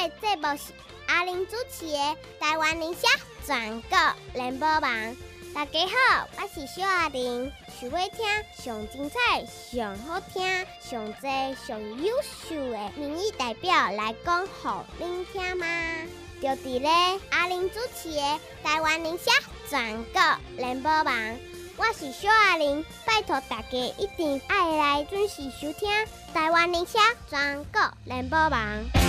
的节目是阿玲主持的台湾理社全国联播网。大家好，我是小阿玲。想要听上精彩、上好听、上多、上优秀的民意代表来讲给您听吗？就伫咧阿玲主持的台湾理社全国联播网。我是小阿玲，拜托大家一定要来准时收听台湾理社全国联播网。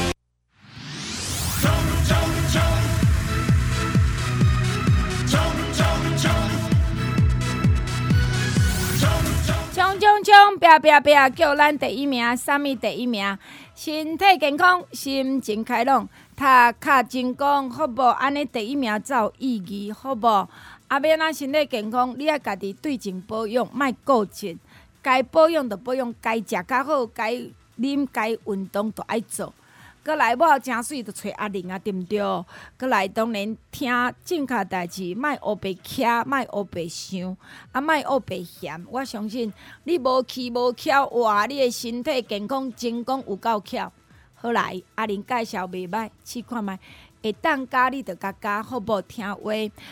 冲，拼，叫咱第一名，啥物第一名？身体健康，心情开朗，读较精工，好无？安尼第一名才有意义，好无？啊，要咱身体健康，你爱家己对症保养，莫过节。该保养就保养，该食较好，该啉该运动就爱做。搁来某真水就找阿玲啊，对毋对？搁来当然听正确代志，莫黑白徛，莫黑白想，啊莫黑白嫌。我相信你无气无巧，哇！你的身体健康真讲有够巧。好来，阿玲介绍袂歹，试看觅。会当加你就加，好无？听话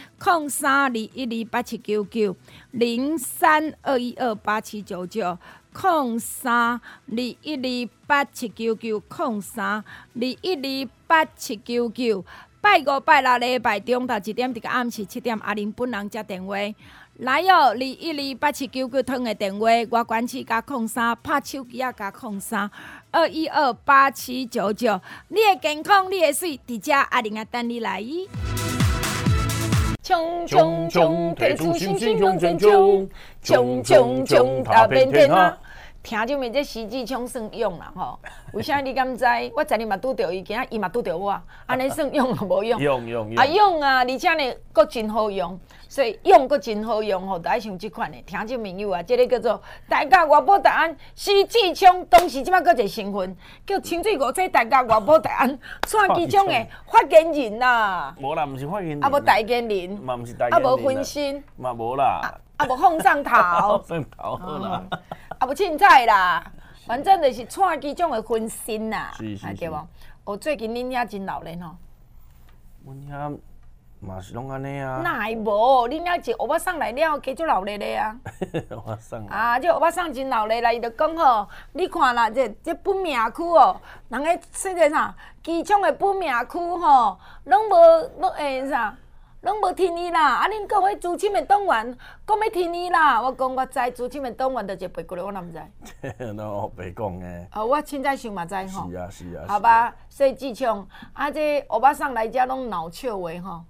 ，0321287799 0321287799。0321287799 0321287799。拜五拜六礼拜中昼1点，伫个暗时7点，阿玲本人接电话。来哦，21287799通的电话，外关市加03，拍手机啊加0321287799。你的健康，你的水，伫遮阿玲啊等你来。冲，退出心胸真冲，冲，打遍天下。听就面这实际冲算用啦吼，为啥你敢知？我昨日嘛拄着伊，今仔伊嘛拄着我，安尼算用啊无用？用啊用啊，而且呢，佫真好用，所以用佫真好用吼，就爱像即款的。听众朋友啊，这个叫做大家外保台安实际冲，当时即摆佫一个成分叫清水5大家外保台安串机冲的发言人啦。 无啦，毋是发言人。 啊，无代言人。 嘛毋是代言人。 啊，无分身。 嘛无啦。 啊，无放上头。 放头好啦。 啊，无凊彩啦，反正就是串机种的分身啦， 是对无？哦，最近恁遐真闹热吼。 阮遐嘛是拢安尼啊。 哪会无？恁遐一乌巴送来了，加足闹热的啊。 乌巴送。 啊，这乌巴送真闹热啦，伊就讲吼，你看啦，这本命区哦，人个说个啥，机场的本命区吼，拢无啥。拢无天意啦！啊，恁讲迄资深的党员讲要天意啦，我讲我知资深的党员就一个白骨头，我哪毋知。 那白讲诶。 哦，我凊彩想嘛知吼。 是啊。 好吧，所以志强，啊，这欧巴桑来遮拢闹笑话吼。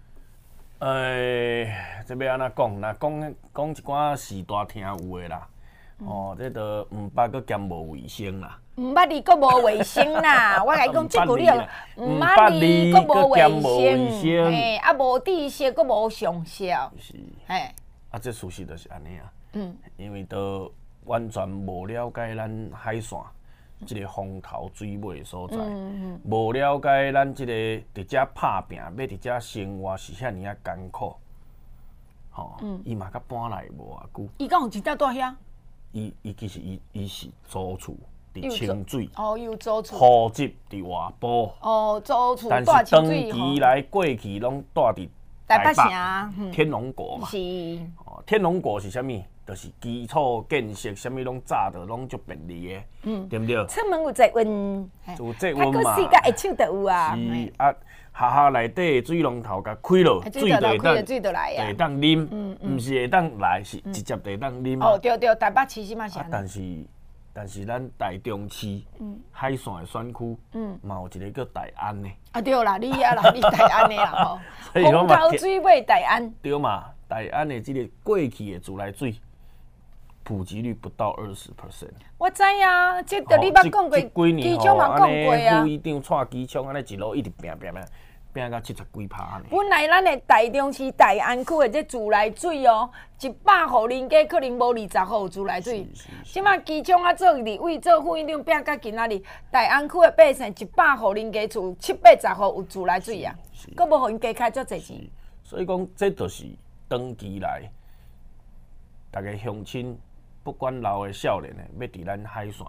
这要安怎讲？若讲一寡时大听有诶啦。哦，这都毋捌佫兼无卫生啦。 毋捌你佫无卫生啦！我甲你讲，即句你又毋捌你佫无卫生，嘿，啊无知识佫无上孝， 是， 嘿， 啊，这事实就是安尼啊。因为都完全无了解咱海线即个风头水尾所在，无了解咱即个伫遮拍拼，要伫遮生活是遐尔啊艰苦。吼，伊嘛甲搬来无偌久。 伊敢有真正住遐？ 伊其实伊是租厝伫清水， 哦，有租厝， 户籍伫外埔， 哦，租厝， 但是长期来过去拢住伫台北天龙国嘛。 是， 哦，天龙国是啥物？就是基础建设，啥物拢炸的，拢足便利的，对不对？ 出门有载运， 有载运嘛。 世界会手就有啊。 是啊，学校内底水龙头甲开落， 水就会当啉，毋是会当来，是直接会当啉。 哦，对，台北市是嘛是。 但是咱台中市海线的选区，嘛有一个叫大安的。 啊对啦，你啦，你大安的啦吼。风头水尾大安。 对嘛，大安的这个过去的自来水普及率不到20%。 我知啊，这个你捌讲过，机场嘛讲过啊。 副议长带机场安尼一路一直拼到70几%。 本来咱的台中市大安区的这自来水哦，100户人家可能无20户有自来水。即马机场啊做立委做副议长拼到今仔日，大安区的百姓100户人家厝780户有自来水啊，佫无互因加开足侪钱。 所以讲，这就是长期来，大家乡亲不管老的少年的，要伫咱海线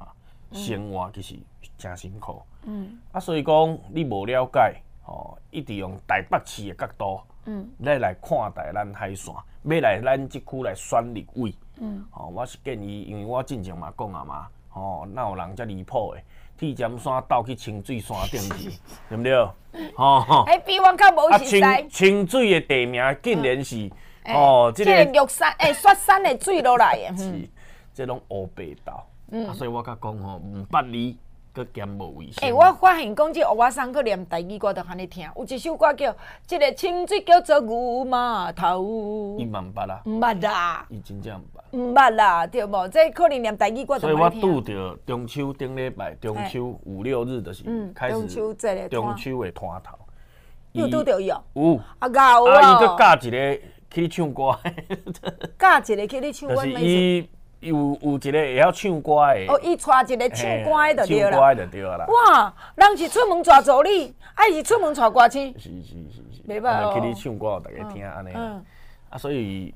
生活其实真辛苦。所以讲你无了解，一直用台北市的角度，来看待咱海线，要来咱即区来选立委。我是建议，因为我之前嘛讲啊嘛，哪有人遮离谱的？铁尖山斗去清水山顶去，对不对？ 迄比阮较无实在。 清水的地名竟然是这个玉山雪山的水落来的。 是，这拢乌白道。所以我甲讲唔捌你，佮兼无卫生。 我发现讲这乌山去念台语歌，就安尼听。有一首歌叫《这个清水叫做牛码头》。 伊嘛唔捌啦。 唔捌啦。 伊真正唔捌。 唔捌啦，对无？这可能念台语歌就所以我拄着中秋顶礼拜，中秋5、6日就是开始中秋的摊头。 有拄着伊哦。 有。 啊有啊，伊佮教一个去唱歌。 教一个去你唱歌。 就是伊有一个会晓唱歌的。 伊带一个唱歌的就对啦。 唱歌的就对啦。 哇，人是出门带助理，是出门带歌星。 是。 袂歹哦。 去你唱歌，大家听安尼。所以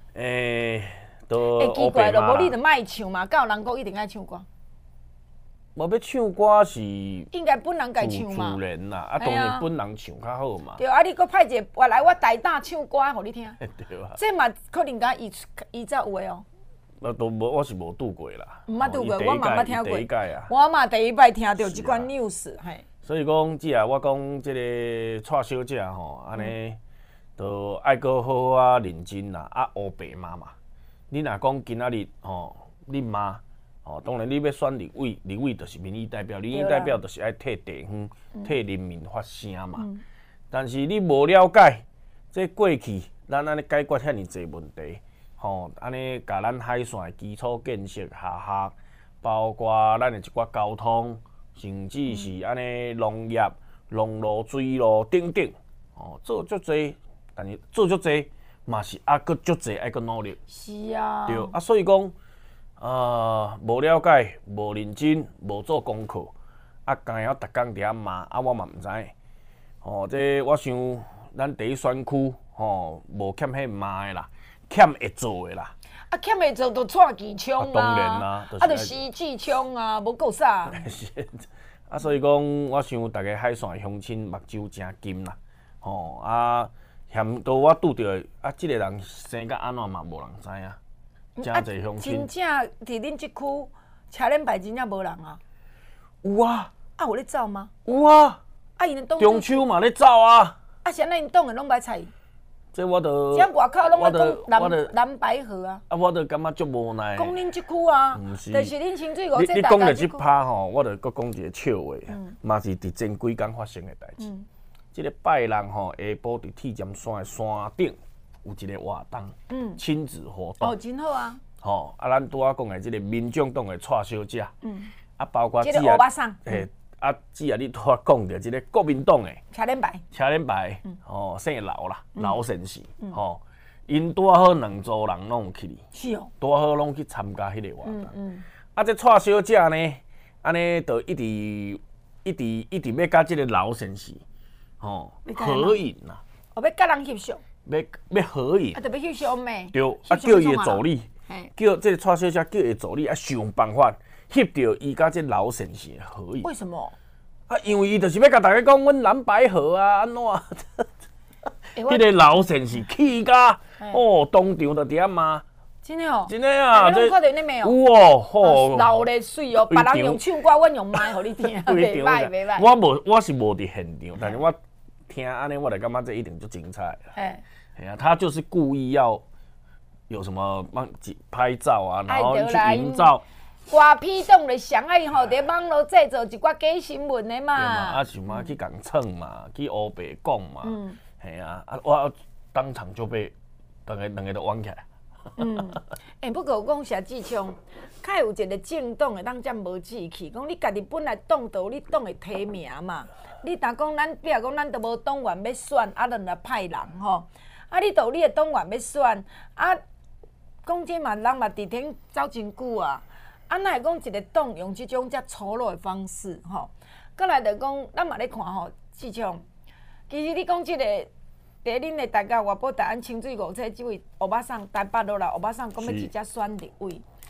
都奇怪咯，无你就莫唱嘛，敢有人讲一定爱唱歌？ 无要唱歌是应该本人家唱嘛。 自然啦，当然本人唱较好嘛。 对，你搁派一个我来我台大唱歌，互你听。 对啊。 这嘛可能甲伊才有诶哦。 都无，我是无拄过啦。 毋捌拄过，我嘛捌听过。 第一届啊。 我嘛第一摆听到即款 news， 嘿。 所以讲，只我讲即个蔡小姐安尼，都爱搁好好啊认真啦，乌白妈嘛。你若讲今仔日恁妈当然你要选立委，立委就是民意代表，民意代表就是爱替地方、替人民发声嘛。但是你无了解，这过去咱安尼解决遐尼侪问题，安尼甲咱海线的基础建设下，包括咱的一寡交通，甚至是安尼农业、农路、水路等等，做足侪，但是做足侪。嘛是搁足侪爱搁努力， 是啊， 对所以讲，无了解、无认真、无做功课，刚晓逐工伫遐骂，我嘛毋知。这我想咱第一选区，无欠迄骂的啦，欠会做的啦。 欠会做就蔡其昌当然啦， 就施志昌啊，无够啥。 所以讲，我想大家海线的乡亲目睭真金啦，嫌到我拄着即个人生甲安怎嘛无人知影，真侪乡亲。 真正伫恁即区车轮牌真正无人啊？ 有啊。 有咧走吗？ 有啊。 因党中秋嘛咧走啊。 是安尼因党的拢歹睬伊。 这我都。 这外口拢爱讲蓝白河啊。 我都感觉足无奈。 讲恁即区啊，就是恁清水5这大家。 你讲到即趴我就搁讲一个笑话，嘛是伫前几工发生的代志。即个拜六下晡伫铁尖山的山顶有一个活动，亲子活动。 真好啊！ 咱拄仔讲的即个民众党的蔡小姐，包括即个欧巴桑， 只你拄仔讲着即个国民党的车轮牌， 姓刘啦，刘先生，因拄好两组人拢有去， 是哦， 拄好拢去参加迄个活动。这蔡小姐呢，安尼就一直要甲即个刘先生。合影啦！ 要甲人翕相， 要合影， 就要翕相咩？ 对，叫伊的助理，叫这个蔡小姐叫伊的助理想办法翕到伊甲这刘先生的合影。 为什么？ 因为伊就是要甲大家讲，阮蓝白河啊，安怎？迄个刘先生气甲当场就伫遐骂。 真的哦， 真的啊， 这看到你没有？ 有哦， 老咧水哦，别人用唱歌，阮用麦互你听，袂歹袂歹。 我是无伫现场，但是我听安尼，我就感觉这一定就精彩。哎呀，他就是故意要有什么拍照啊，然后去营造。 瓜批党咧上爱吼，伫网络制造一寡假新闻的嘛。 对嘛，想要去共蹭嘛，去乌白讲嘛。系啊，我当场就被两个都弯起来。 不过讲谢志昌，较有一个政党会当遮无志气，讲你家己本来党都有你党的提名嘛，你若讲咱比如讲咱都无党员要选，就来派人吼，你都有你的党员要选，讲这嘛人嘛伫天走真久啊，哪会讲一个党用即种遮粗鲁的方式吼？过来就讲，咱嘛咧看吼，志昌，其实你讲即个。伫恁的大家外埔大安清水5车即位欧巴桑台北落来，欧巴桑讲要直接选立委，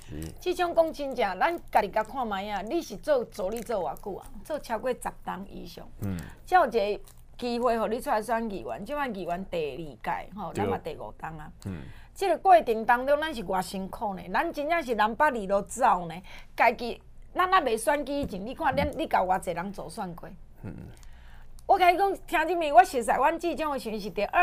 即种讲真正，咱家己甲看卖啊，你是做助理做偌久啊？做超过10档以上，才有一个机会，互你出来选议员。即摆议员第2届，吼，咱嘛第5档啊。即个过程当中，咱是偌辛苦呢？咱真正是南北二路走呢。家己，咱还未选举以前，你看你甲偌济人做选过？我甲你讲，听入面，我熟悉阮即种的时阵是伫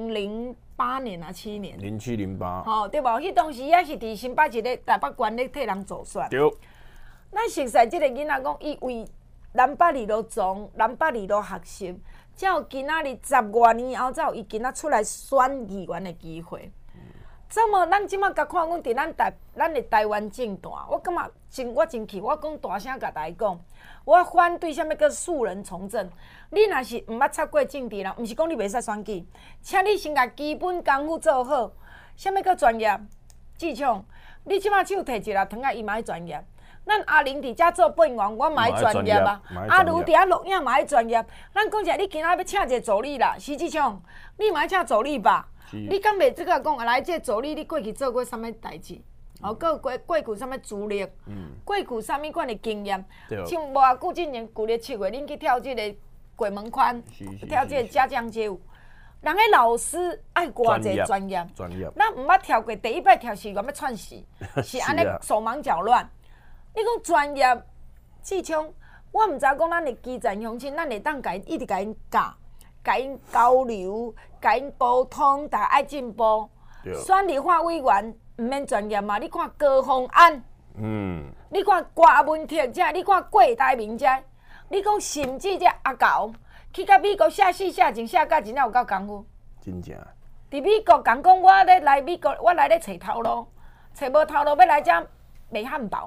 2008年啊7年。 07、08。 吼，对无？迄当时也是伫新北一个台北县咧替人做选。 对。 咱熟悉即个囡仔讲，伊为南北二路从南北二路学习，才有今仔日10多年后，才有伊今仔出来选议员的机会。这么，咱即马甲看讲，伫咱的台湾政坛，我感觉我真气，我讲大声甲大家讲，我反对啥物叫素人从政。你若是毋捌插过政治人，毋是讲你袂使选举，请你先甲基本功夫做好。啥物叫专业？志强，你即马手摕一粒糖仔，伊嘛爱专业。咱阿玲伫遮做本员，我嘛爱专业啊。阿如伫遐录影嘛爱专业。咱讲者，你今仔要请一个助理啦，是志强，你嘛爱请助理吧？你敢袂即个讲来这助理，你过去做过啥物代志？哦，过去啥物资历？过去啥物款的经验？像无偌久之前，旧年7月，恁去跳即个鬼门关，跳即个家将街舞。人个老师爱偌济专业，咱毋捌跳过，第一摆跳是原要串死，是安尼手忙脚乱。你讲专业，志强，我毋知讲咱的基层乡亲，咱会当一直甲因教。甲因交流，甲因沟通，大家爱进步。选立法委员毋免专业嘛？你看高虹安，你看郭文婷遮，你看郭台铭遮，你讲甚至遮阿狗去到美国写死写情写甲真正有够功夫。 真正。 伫美国讲讲，我咧来美国，我来咧找头路，找无头路要来遮卖汉堡。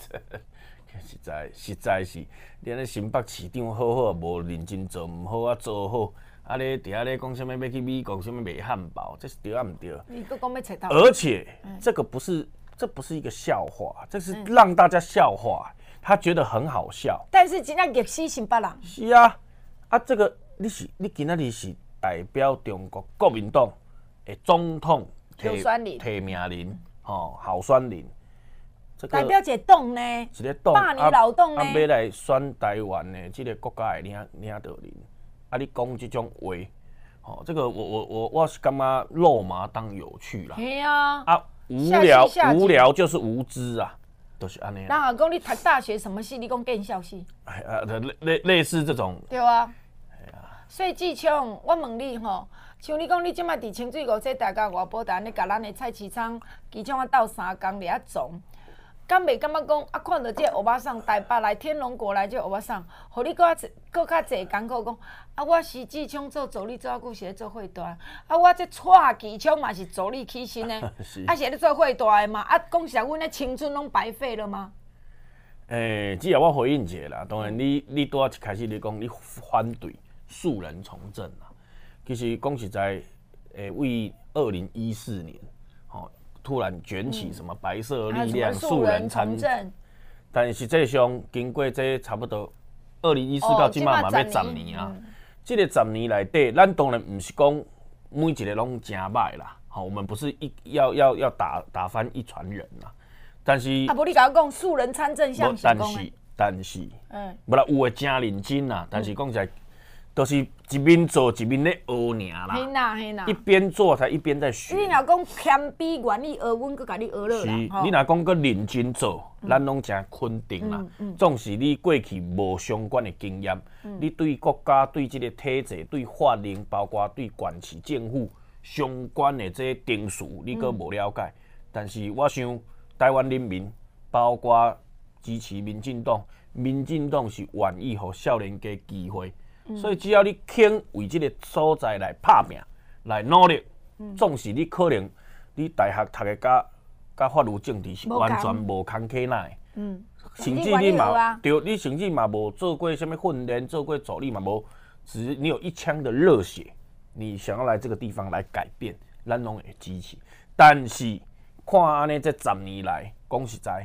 实在是，你安尼新北市长好好无认真做，毋好啊做好，啊咧伫遐咧讲啥物要去美国，啥物卖汉堡，这是对啊毋对？ 你佫讲要找头？ 而且这不是一个笑话，这是让大家笑话，他觉得很好笑。 但是真正热死新北人。 是啊，这个你今仔日是代表中国国民党的总统提名人，候选人。 代表一个党呢， 一个党 100年老党呢， 要来选台湾的这个国家的领导人，你讲这种话，这个我是感觉肉麻当有趣啦。 系啊。 无聊就是无知啊，都是安尼。 然后讲你读大学什么系？你讲建校系。 类似这种。 对啊。所以志强，我问你吼，像你讲你即摆伫清水5这大家外保单，你甲咱的菜市场机场斗3工掠总。敢袂感觉讲看到这欧巴桑台北来天龙国来这欧巴桑，互你搁较侪艰苦讲我是志强做助理做啊久是咧做会大，我这蔡其昌嘛是助理起薪的，是咧做会大的嘛，讲实阮的青春拢白费了吗？ 只要我回应一下啦，当然你拄一开始你讲你反对素人从政啦，其实讲实在，为2014年。突然卷起什么白色力量、素人参政，但实际上经过这差不多2014到今嘛要10年啊。这个10年内底，咱当然不是讲每一个拢真歹啦，我们不是要打翻一船人啦。但是无你甲我讲素人参政像是讲的， 但是，无啦有诶真认真啦，但是讲起来。都是一边做一边咧学尔啦， 嘿啦， 一边做才一边在学。 你若讲谦卑原理学，阮搁甲你学落啦。 是，你若讲搁认真做，咱拢真肯定啦。总是你过去无相关的经验，你对国家、对这个体制、对法令，包括对县市政府相关的这定数，你搁无了解。但是我想，台湾人民，包括支持民进党，民进党是愿意予少年家机会。所以只要你肯为这个所在来拍拼、来努力，总是你可能你大学读的甲法律政治是完全无空起来。甚至你嘛，对，你甚至嘛无做过什么训练，做过助理嘛无，只你有一腔的热血，你想要来这个地方来改变，咱拢会支持。但是看安尼这10年来，讲实在，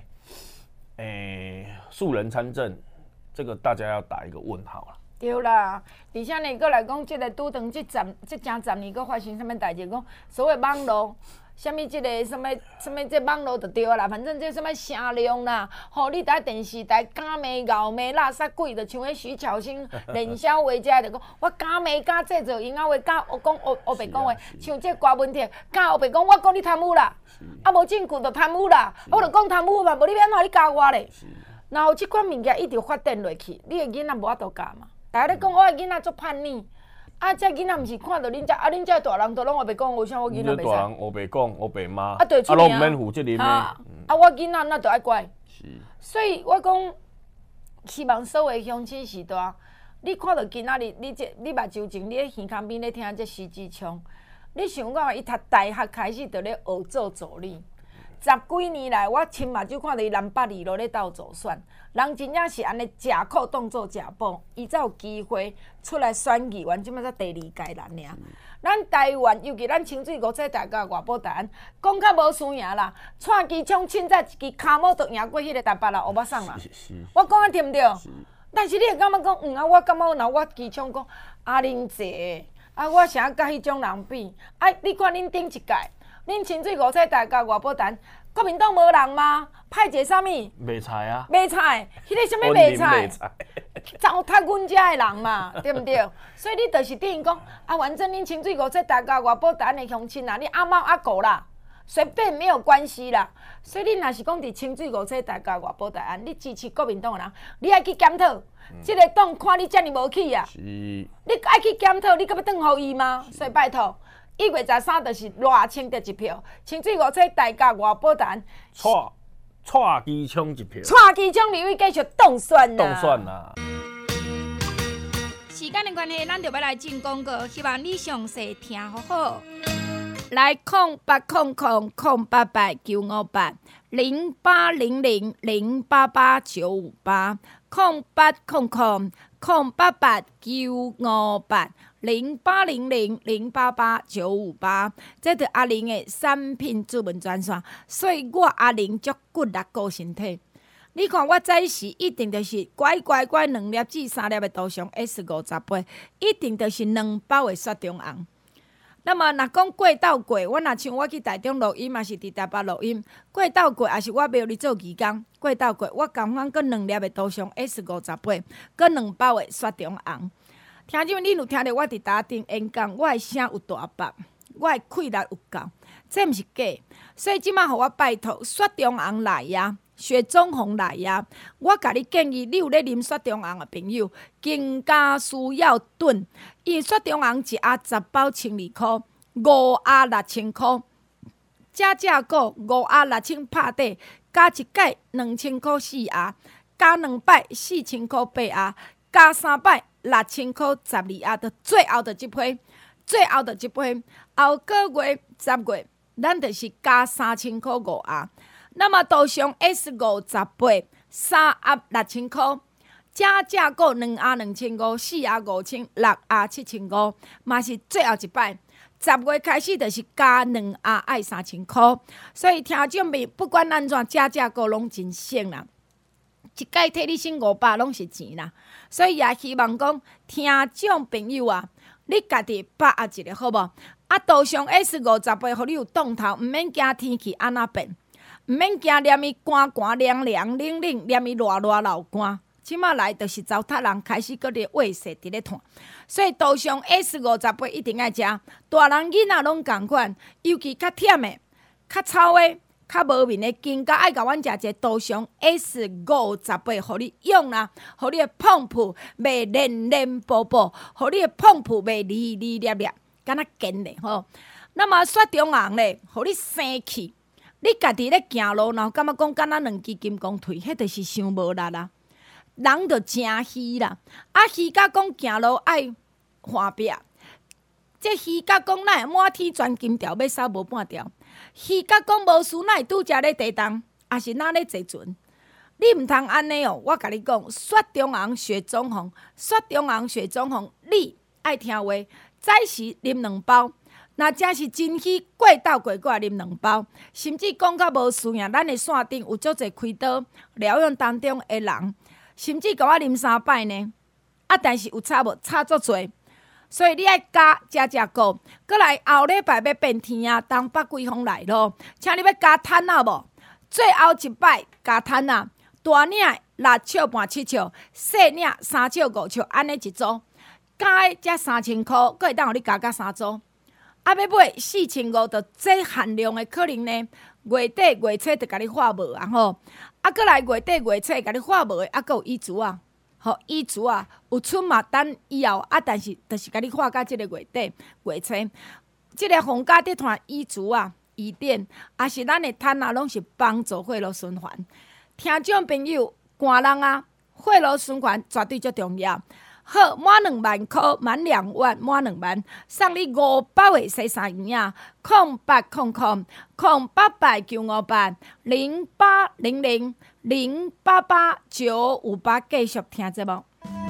素人参政，这个大家要打一个问号了。 对啦，而且呢，搁来讲，即个拄当即10年，搁发生啥物代志？讲所谓网络什物即个什物这网络就对啦，反正这什物声量啦，吼，你伫电视台假骂、咬骂、垃圾鬼，就像迄徐巧芯、连小话遮，就讲我假骂、假制造婴仔话、假讲黑白讲话，像这歌文题，假黑白讲，我讲你贪污啦，啊无证据就贪污啦，我就讲贪污嘛，无你要安怎你教我咧？然后即款物件一直发展落去，你的囡仔无法度教嘛？大家咧讲我的囡仔足叛逆。啊！这囡仔毋是看到恁遮，啊！恁遮大人都拢黑白讲，为啥我囡仔袂使？ 大人黑白讲，黑白骂， 啊，对， 拢毋免负责任的。啊， 我囡仔那就爱乖。 是。 所以我讲，希望所有乡亲时代，你看到今仔日，你目睭前，你咧耳孔边咧听这徐志昌，你想讲伊读大学开始就咧学做助理。10几年来，我亲目睭看到伊南北二路咧斗助选，人真正是安尼食苦当做食补，伊才有机会出来选议员，即摆才第2届人尔。咱台湾，尤其咱清水五彩大甲外埔台湾，讲较无输赢啦。蔡其昌凊彩一支骹毛就赢过迄个台北啦，乌巴桑啦。我讲啊对毋对？但是你会感觉讲，啊，我感觉若我其昌讲啊，恁济啊，我啥甲迄种人比？啊，你看恁顶一届。恁清水五彩大甲外埔台，国民党无人吗？派一个啥物？ 卖菜啊！ 卖菜，迄个啥物卖菜？糟蹋阮遮的人嘛，对毋对？所以你就是等于讲，啊，反正恁清水五彩大甲外埔台的乡亲啊，你阿猫阿狗啦，随便没有关系啦。所以你若是讲伫清水五彩大甲外埔台，你支持国民党的人，你爱去检讨，即个党看你遮尔无起啊，你爱去检讨，你敢要转互伊吗？所以拜托。1月13就是偌清得一票，清水五彩大甲外埔台， 蔡其昌一票， 蔡其昌立委继续当选啦。 当选啦。 时间的关系，咱就要来进广告，希望你详细听好好。来0800-088-958，0800-088-958，这是阿玲的产品主文专线，所以我阿玲足骨力顾身体。你看我早时一定就是乖2粒至3粒的杜松 S58，一定就是2包的雪中红。那么，若讲过斗过，我若像我去台中录音，也是伫台北录音，过斗过，也是我庙里做义工，过斗过，我共款搁2粒的杜松 S58，搁2包的雪中红。听众们，恁有听到我伫台顶演讲，我的声有大把，我的气力有够，这毋是假。所以即摆互我拜托，雪中红来呀！雪中红来呀！我甲你建议，你有咧啉雪中红的朋友，更加需要囤。因为雪中红一盒10包12箍，5盒6000箍。正个5盒6000拍底，加一届2000箍4盒，加2摆4000箍8盒，加3摆6000箍12盒，就最后就即批，后个月10月，咱就是加3000箍5盒。那么杜松 S58 3盒6000箍，正个2盒2500，4盒5000，6盒7000，嘛是最后一摆。10月开始就是加2盒爱3000箍，所以听众朋友不管安怎，正个拢真省啦。一届替你省500拢是钱啦，所以也希望讲听众朋友啊，你家己把握一个好无？啊，杜松 S58，互你有动头，毋免惊天气安怎变。毋免惊念伊寒凉凉冷冷，念伊热流汗。即马来就是糟蹋人开始搁咧胃势伫咧喘，所以杜松 S58一定爱食。大人囡仔拢共款，尤其较忝的、较臭的、较无面的，更加爱甲阮食一个杜松 S58，互你用啦，互你的碰噗袂黏薄薄，互你的碰噗袂哩哩粒粒，敢若坚咧吼。那么雪中红咧，互你生气。你家己咧行路，然后感觉讲敢若2支金刚腿，迄著是伤无力啦。人著真虚啦，啊虚甲讲行路爱换壁，这虚甲讲哪会满天钻金条要扫无半条？虚甲讲无事哪会拄则咧地动，也是哪咧坐船？你毋通安尼哦！我甲你讲，雪中红、雪中红、雪中红、雪中红，你爱听话，早时啉2包。若真是真虚，过斗过我啉2包，甚至讲到无需要，咱的线顶有足侪开刀疗养当中的人，甚至甲我啉3摆呢。啊，但是有差无？差足侪。 所以你爱加食够。过来后礼拜要变天啊，东北季风来咯，请你要加炭啊无？最后一摆加炭啊，大领6尺半7尺，细领3尺5尺，安尼一组，加的才3000块，佫会当互你加3组。啊，要买4500，就这限量的，可能呢月底月初就甲你发无啊吼。啊，佫来月底月初甲你发无的，啊，佫有衣珠啊，吼衣珠啊，有出嘛等以后啊，但是就是甲你发到即个月底月初，即个皇家集团衣珠啊。伊点，也是咱的碳啊，拢是帮助血路循环。听众朋友，寒人啊，血路循环绝对最重要。好，满2万块，满2万，满2万，送你500个洗衫衣啊！0800-0800-088958，继续听节目。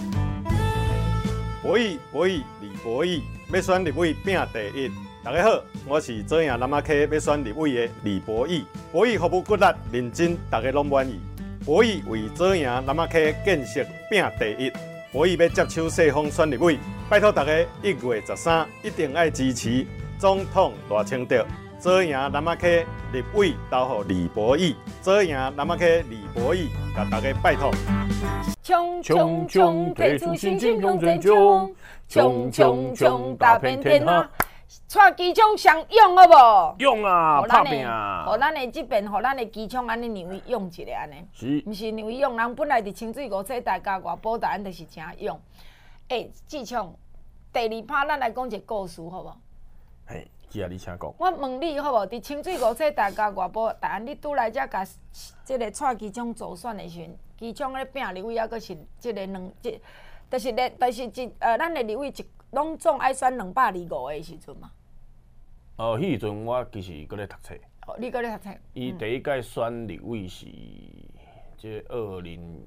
博弈，李博弈，要选立委拼第一。大家好，我是左营南仔溪要选立委的李博弈。博弈服务骨力认真，大家拢满意。博弈为左营南仔溪建设拼第一。博弈要接手世丰选立委，拜托大家1月13一定要支持总统赖清德。左营南仔溪立委投予李博弈，左营南仔溪李博弈，甲大家拜托。 冲冲冲，提出新进攻阵中，冲冲冲，打遍天下。带机枪上用好无？ 用啊，拍拼啊！ 互咱的这边，互咱的机枪安尼让伊用一下安尼。 是， 毋是让伊用？人本来伫清水5车大家外保单就是诚用。机枪，第2趴咱来讲一个故事好无？ 嘿，是啊，你请讲。 我问你好无？伫清水5车大家外保单，你拄来遮甲即个带机枪助选的时阵，机枪咧拼立委，还阁是即个就是咱的立委拢总爱选225个时阵嘛。 迄时阵我其实搁咧读册。 哦，你搁咧读册？ 伊第一届选立委是即2005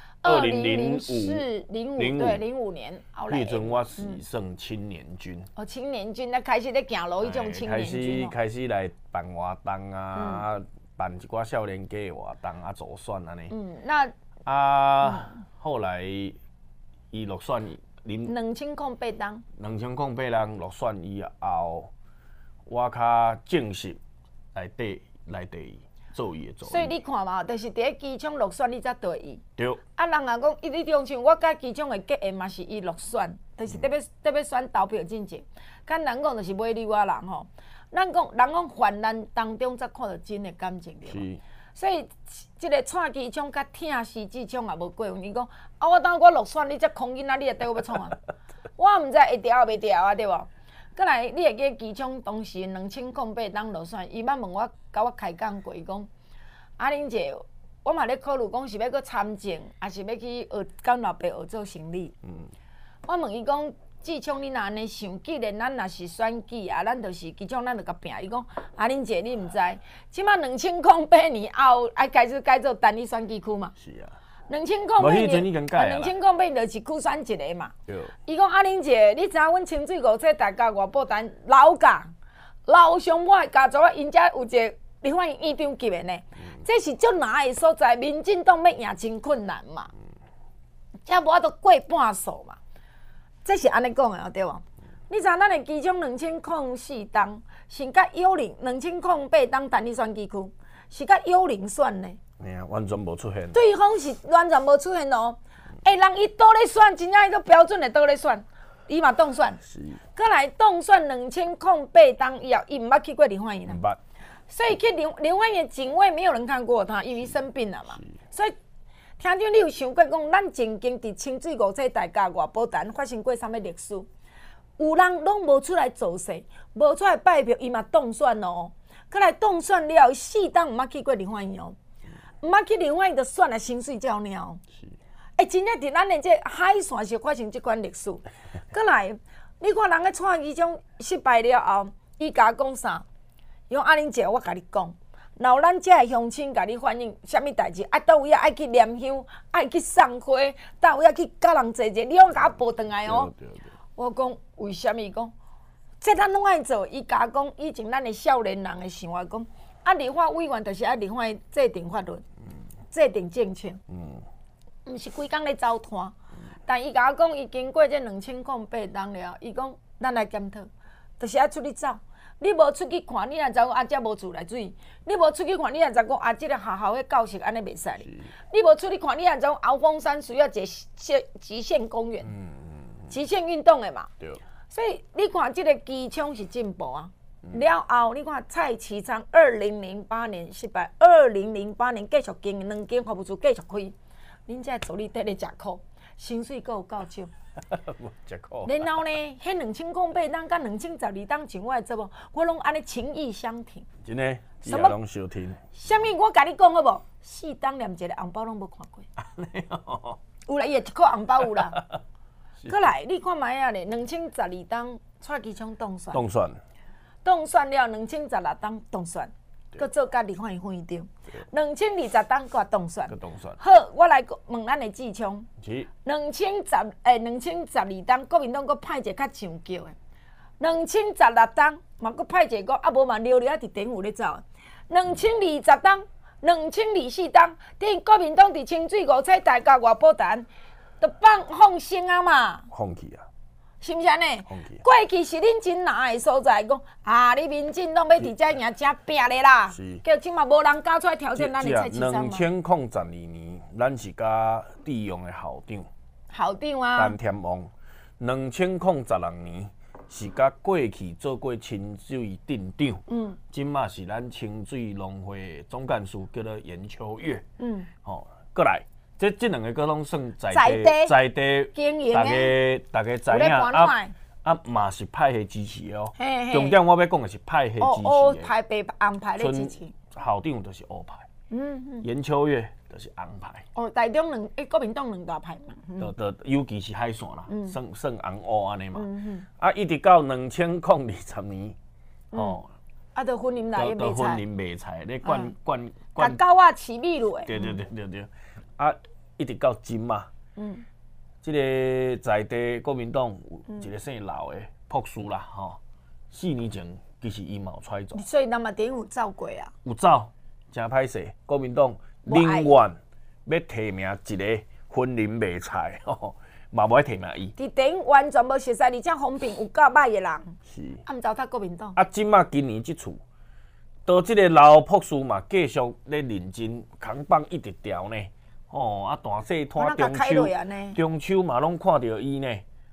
对05年后来。 迄阵我是算青年军。 哦，青年军咧开始咧行路，迄种青年军开始来办活动啊，办一寡少年家的活动啊，助选安尼。那后来伊落选 2008当。 2008人落选以后，我较正式来第做伊的助理。 所以你看嘛，就是伫咧机场落选，你才对伊。 对。 啊，人也讲，你中像我甲机场的结缘嘛，是伊落选，就是特别选投票进前。简单讲，就是买你我人吼。人讲患难当中才看到真的感情对嘛。所以，即个蔡机枪甲挺司机枪也无过用。伊讲啊，我当我落选，你才空囡仔，你会对我要创啊？我毋知会调袂调啊，对无？过来，你会记机枪当时2008当落选，伊捌问我，甲我开讲过，伊讲阿玲姐，我嘛咧考虑讲是要去参政，还是要去跟老爸学做生理。我问伊讲。机枪，你若安尼想，既然咱若是选举啊，咱就是机枪，咱就甲拼。伊讲，阿玲姐，你毋知，即摆2008年后爱开始改做单一选举区嘛？ 是啊。 2008 年区选一个嘛。 对。 伊讲阿玲姐，你知影阮清水5车大家外保单老价老上我的家族啊，因遮有一个立法院院长级的呢，这是足难的所在，民进党要赢真困难嘛。遮无法度过半数嘛。这是安尼讲的对无？你知影咱的机枪2004当是甲幽灵2008当单一选举区，是甲幽灵选的。 哎呀，完全无出现。 对方是完全无出现哦。人伊倒咧选，真正伊个标准的倒咧选，伊嘛当选。 是。 过来当选2008当以后，伊毋捌去过立法院啊。 毋捌。 所以去立法院警卫没有人看过他，因为生病了嘛。所以。听众，你有想过讲，咱曾经伫清水5车大家外保单发生过啥物历史？有人拢无出来做势，无出来拜票，伊嘛当选哦。过来当选了，4当毋捌去过立法院哦，毋捌去立法院就选来薪水照领。是。真正伫咱的这海线是发生即款历史。过来，你看人个蔡其中失败了后，伊甲我讲啥？伊讲阿玲姐，我甲你讲。然后咱遮的乡亲甲你反映啥物代志，倒位爱去念香，爱去送花，倒位去甲人坐坐，你拢甲我报转来哦。我讲为虾米？讲这咱拢爱做。伊甲我讲，以前咱的少年人的想法讲，立法委员就是立法制定法律，制定政策。毋是规工咧走摊， 但伊甲我讲，伊经过这2008人了，伊讲咱来检讨，就是爱出去走。你无出去看，你也知讲啊，遮无自来水；你无出去看，你也知讲啊，即个学校的教室安尼袂使。你无出去看，你也知讲鳌峰山需要一个极限公园，极限运动的嘛。 对。 所以你看，即个机枪是进步啊。了后，你看蔡其昌2008年失败，2008年继续经营2间服务处继续开，恁遮助理得咧食苦，薪水阁有够少。 食苦。 然后呢，迄2008档甲2012档上我的节目，我拢安尼情意相挺。 真诶，什么拢收听。 啥物我甲你讲好无？4档连一个红包拢无看过。 安尼哦。 有啦，伊一块红包有啦。过来，你看卖啊咧，2012档蔡其昌当选。当选了2016档当选，佮做家立法院副院长。2020档佮当选。好，我来问咱的志昌。 是。 2012档国民党佮派一个较上叫的。2016档嘛佮派一个，啊无嘛溜溜啊伫顶有咧走。2020档、2024档，等国民党伫清水五彩大甲外宝坛，就放声啊嘛。 放弃啊。 是毋是安尼？过去是恁真难的所在，讲啊，你民进党要伫遮赢真拼咧啦。叫即嘛无人敢出来挑战咱的蔡其昌嘛。 2012年，咱是甲地用的校长。 校长啊。 陈天王。2012年是甲过去做过清水镇长。即嘛是咱清水农会总干事，叫做严秋月。过来。这2个阁拢算在地经营大家知影嘛是派系支持哦。重点我要讲的是派系支持的。 派被安排咧支持。 校长就是乌派，严秋月就是红派。 台中国民党2大派嘛。 尤其是海线啦，算红乌安尼嘛。一直到2020年， 就婚姻来的婚姻卖菜咧灌。 甲狗仔饲米落的。 对。一直到今嘛，即个在地国民党有一个姓老的朴树啦，4年前其实伊嘛有出来做。 所以咱嘛顶有走过啊。 有走，真歹势。国民党宁愿要提名一个婚姻卖菜，嘛无爱提名伊。 伫顶完全无熟悉，而且风评有够歹的人。 是。 毋糟蹋国民党。 即嘛今年即厝，到即个老朴树嘛，继续咧认真扛棒一直调呢。大细摊中秋嘛，拢看到伊呢。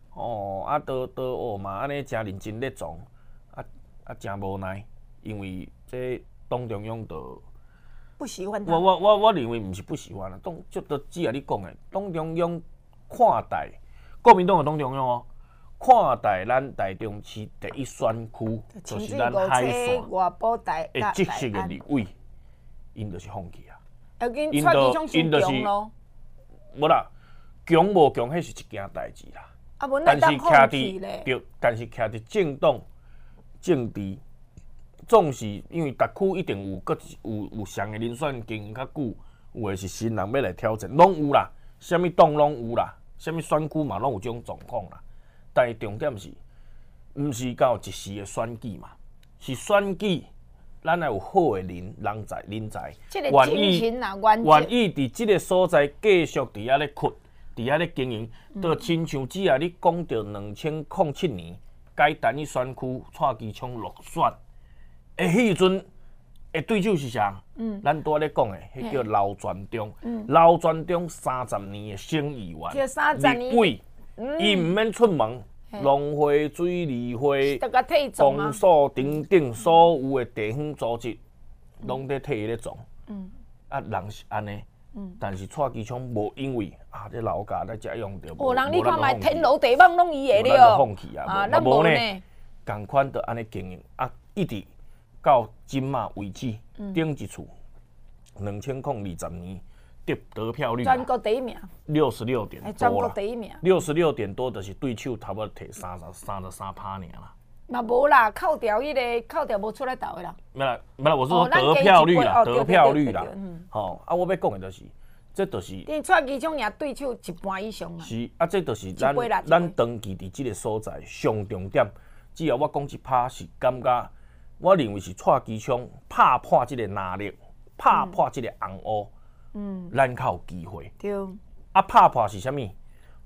嘛安尼真认真咧做，真无奈，因为这党中央就不喜欢他。 我认为毋是不喜欢啦，就只下你讲的，党中央看待国民党的党中央哦，看待咱台中市第1选区，就是咱海线的即席的立委，因就是放弃啊。 因就是无啦，强无强，迄是一件代志啦。但是徛伫政党政治，总是因为各区一定有上的人选经营较久，有的是新人要来挑战，拢有啦。啥物党拢有啦，啥物选区嘛拢有这种状况啦。但是重点是，毋是到一时的选举嘛，是选举。咱要有好的人才，愿意伫即个所在继续伫遐咧ขุ，伫遐咧经营。就亲像只你讲到2007年改单一选区蔡其昌落选，迄阵的对手是啥？咱拄仔咧讲的，迄叫刘传忠。刘传忠30年的省议员，立委，伊毋免出门。农会、水利会、公所等等所有的地方组织，拢在替伊咧种。人是安尼，但是蔡其昌无因为这老家咧遮用着， 人你看卖天罗地网拢伊的了， 放弃啊，无呢，共款着安尼经营，一直到今嘛为止，顶一厝2020年。得票率全国第1名 ，66点多啦。 全国第1名 ，66点多，就是对手差不多摕33%尔啦。 嘛无啦，扣掉无出来投的啦。 没啦，我是说得票率啦，得票率啦。我要讲的就是，这就是。 你蔡其昌赢对手一半以上嘛。 是这就是咱长期伫这个所在上重点。只要我讲一拍是感觉，我认为是蔡其昌拍破这个压力，拍破这个红乌。咱较有机会。 对。 拍破是啥物？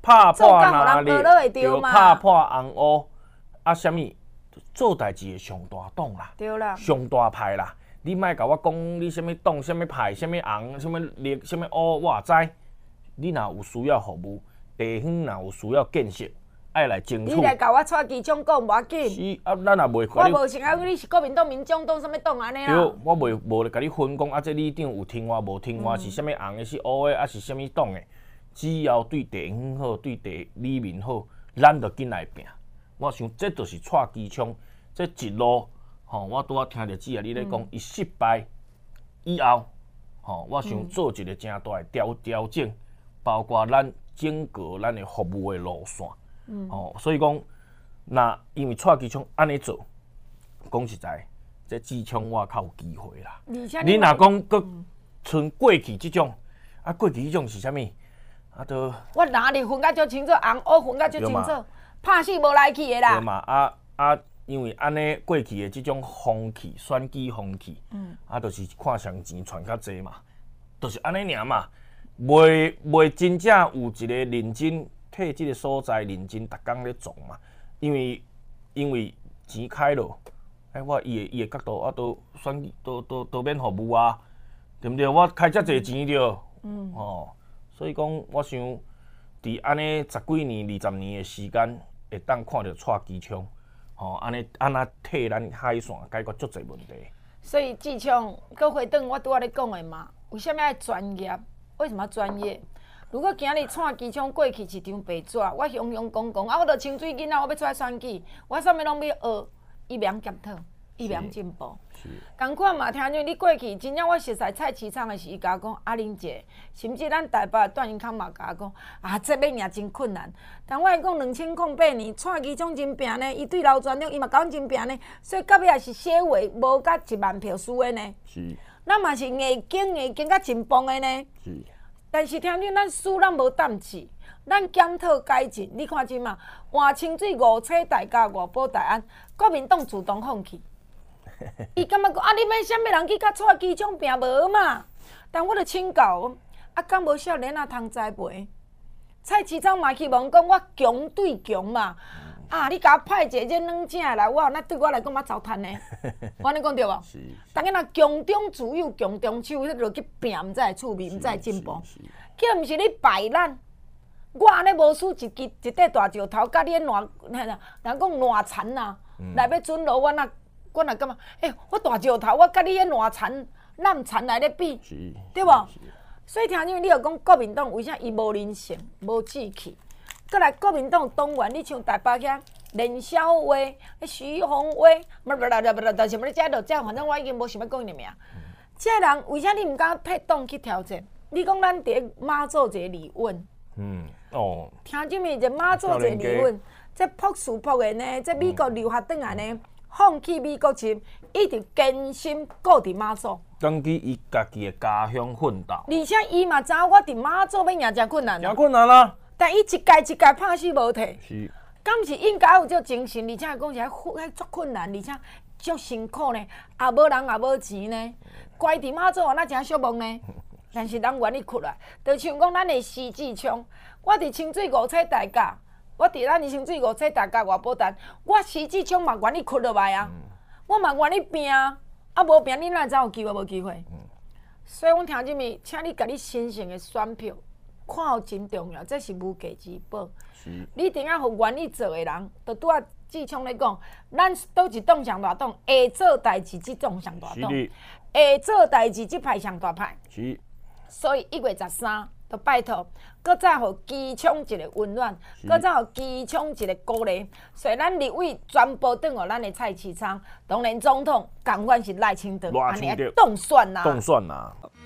拍破哪里？ 对， 拍破红乌啊，什么做代志的上大党啦， 对啦， 上大派啦。你莫甲我讲你什么党、什么派、什么红、什么绿、什么乌，我知。你若有需要服务，地方若有需要建设，爱来争取。 你来甲我带机枪讲无要紧。 是啊，咱也袂。 我无想讲你是国民党、民众党什么党安尼啦。 对，我无甲你分讲啊，这里长有听我无听我，是啥物红的，是乌的，啊是啥物党的。只要对地方好，对地里民好，咱就紧来拼。我想这就是带机枪这一路。吼，我拄仔听着姊啊，你咧讲，伊失败以后，吼，我想做一个正大的调整，包括咱整个咱的服务的路线。吼，所以讲，那因为带机枪安尼做，讲实在，这机枪我较有机会啦。你若讲搁剩过去即种，啊，过去即种是啥物？啊，都我哪里分甲足清楚，红乌分甲足清楚，拍死无来去的啦。 对嘛，因为安尼过去的即种风气，选举风气，就是看上钱传较济嘛，就是安尼尔嘛，袂真正有一个认真替即个所在认真，逐工咧做嘛。因为钱开了，我伊的角度我都选举都免服务啊，对毋对？我开遮济钱着，所以讲我想伫安尼10几年、20年的时间，会当看到带机枪。安那替咱海线解决足侪问题。 所以机枪，搁回转我拄仔咧讲的嘛，为什么要专业？为什么专业？如果今日带机枪过去是张白纸，我雄雄讲讲，我著清水囡仔，我要出来选举，我啥物拢要学，伊袂晓检讨，伊袂晓进步。共款嘛，听讲你过去，真正我熟悉菜市场的时，伊甲我讲阿玲姐，甚至咱台北段永康嘛甲我讲，啊，这要赢真困难。但我讲2008年带机枪真拼呢，伊对老全长伊嘛讲真拼呢，所以到尾也是小话无甲1万票输的呢。 是。 咱嘛是硬经甲真棒的呢。 是。 但是听讲咱输咱无胆气，咱检讨改进。你看真嘛，换清水5车大家外保大安，国民党自动放弃。伊感觉讲啊，你要啥物人去甲带机枪拼无嘛？但我著请教，啊，敢无少年仔通栽培？蔡市长嘛去问讲，我强对强嘛。啊，你甲我派一个这软正来，那对我来讲，我糟蹋呢。我安尼讲对无？是。逐个若强中自有，强中手，迄落去拼，毋知会趣味，毋知会进步。叫毋是你败咱，我安尼无输一块大石头，甲你烂，人讲烂残呐，来要准落我若感觉，我大石头，我甲你迄烂残、烂残来咧比，对无？所以听讲，你又讲国民党为啥伊无人性、无志气？过来国民党党员，你像台北遐连小话、徐宏威，就是要遮，反正我已经无想要讲伊个名。这人为啥你毋敢配党去挑战？你讲咱伫马祖一个李稳，听什么？一马祖一个李稳，这朴素朴的呢？这美国留学转来呢？放弃美国籍，一直坚心顾伫马祖。 根据伊家己的家乡奋斗。 而且伊嘛知我伫马祖要赢真困难。 真困难啦！ 但伊一届拍死无退。是。敢是应该有这精神，而且讲是迄足困难，而且足辛苦呢，也无人也无钱呢，乖伫马祖那真寂寞呢。但是人愿意哭来，就像讲咱的施志昌，我伫清水5车大架。我伫咱清水5车大家外保单，我施志昌嘛愿意哭落来啊！我嘛愿意拼啊！啊无拼，你哪知有机会无机会？所以我听这物，请你甲你新型的选票看好真重要，这是无价之宝。你一定要互愿意做的人，就拄仔志昌咧讲，咱倒一党上大党，会做代志即党上大党，会做代志即派上大派。所以1月13。就拜托，搁再互机枪一个温暖，搁再互机枪一个鼓励，所以咱立委全部转互咱的蔡市昌，当然总统同款是赖清德，安尼当选啦。 当选啦。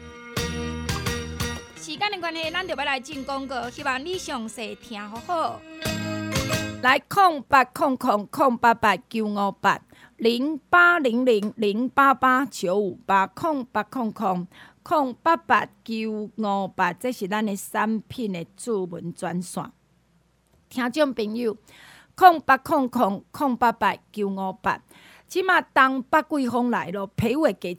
时间的关系，咱就要来进广告，希望你详细听好好。来0800088958088895808898，这是咱的产品的主文专线。听众朋友，0800088958，即马东北季风来咯，皮话加真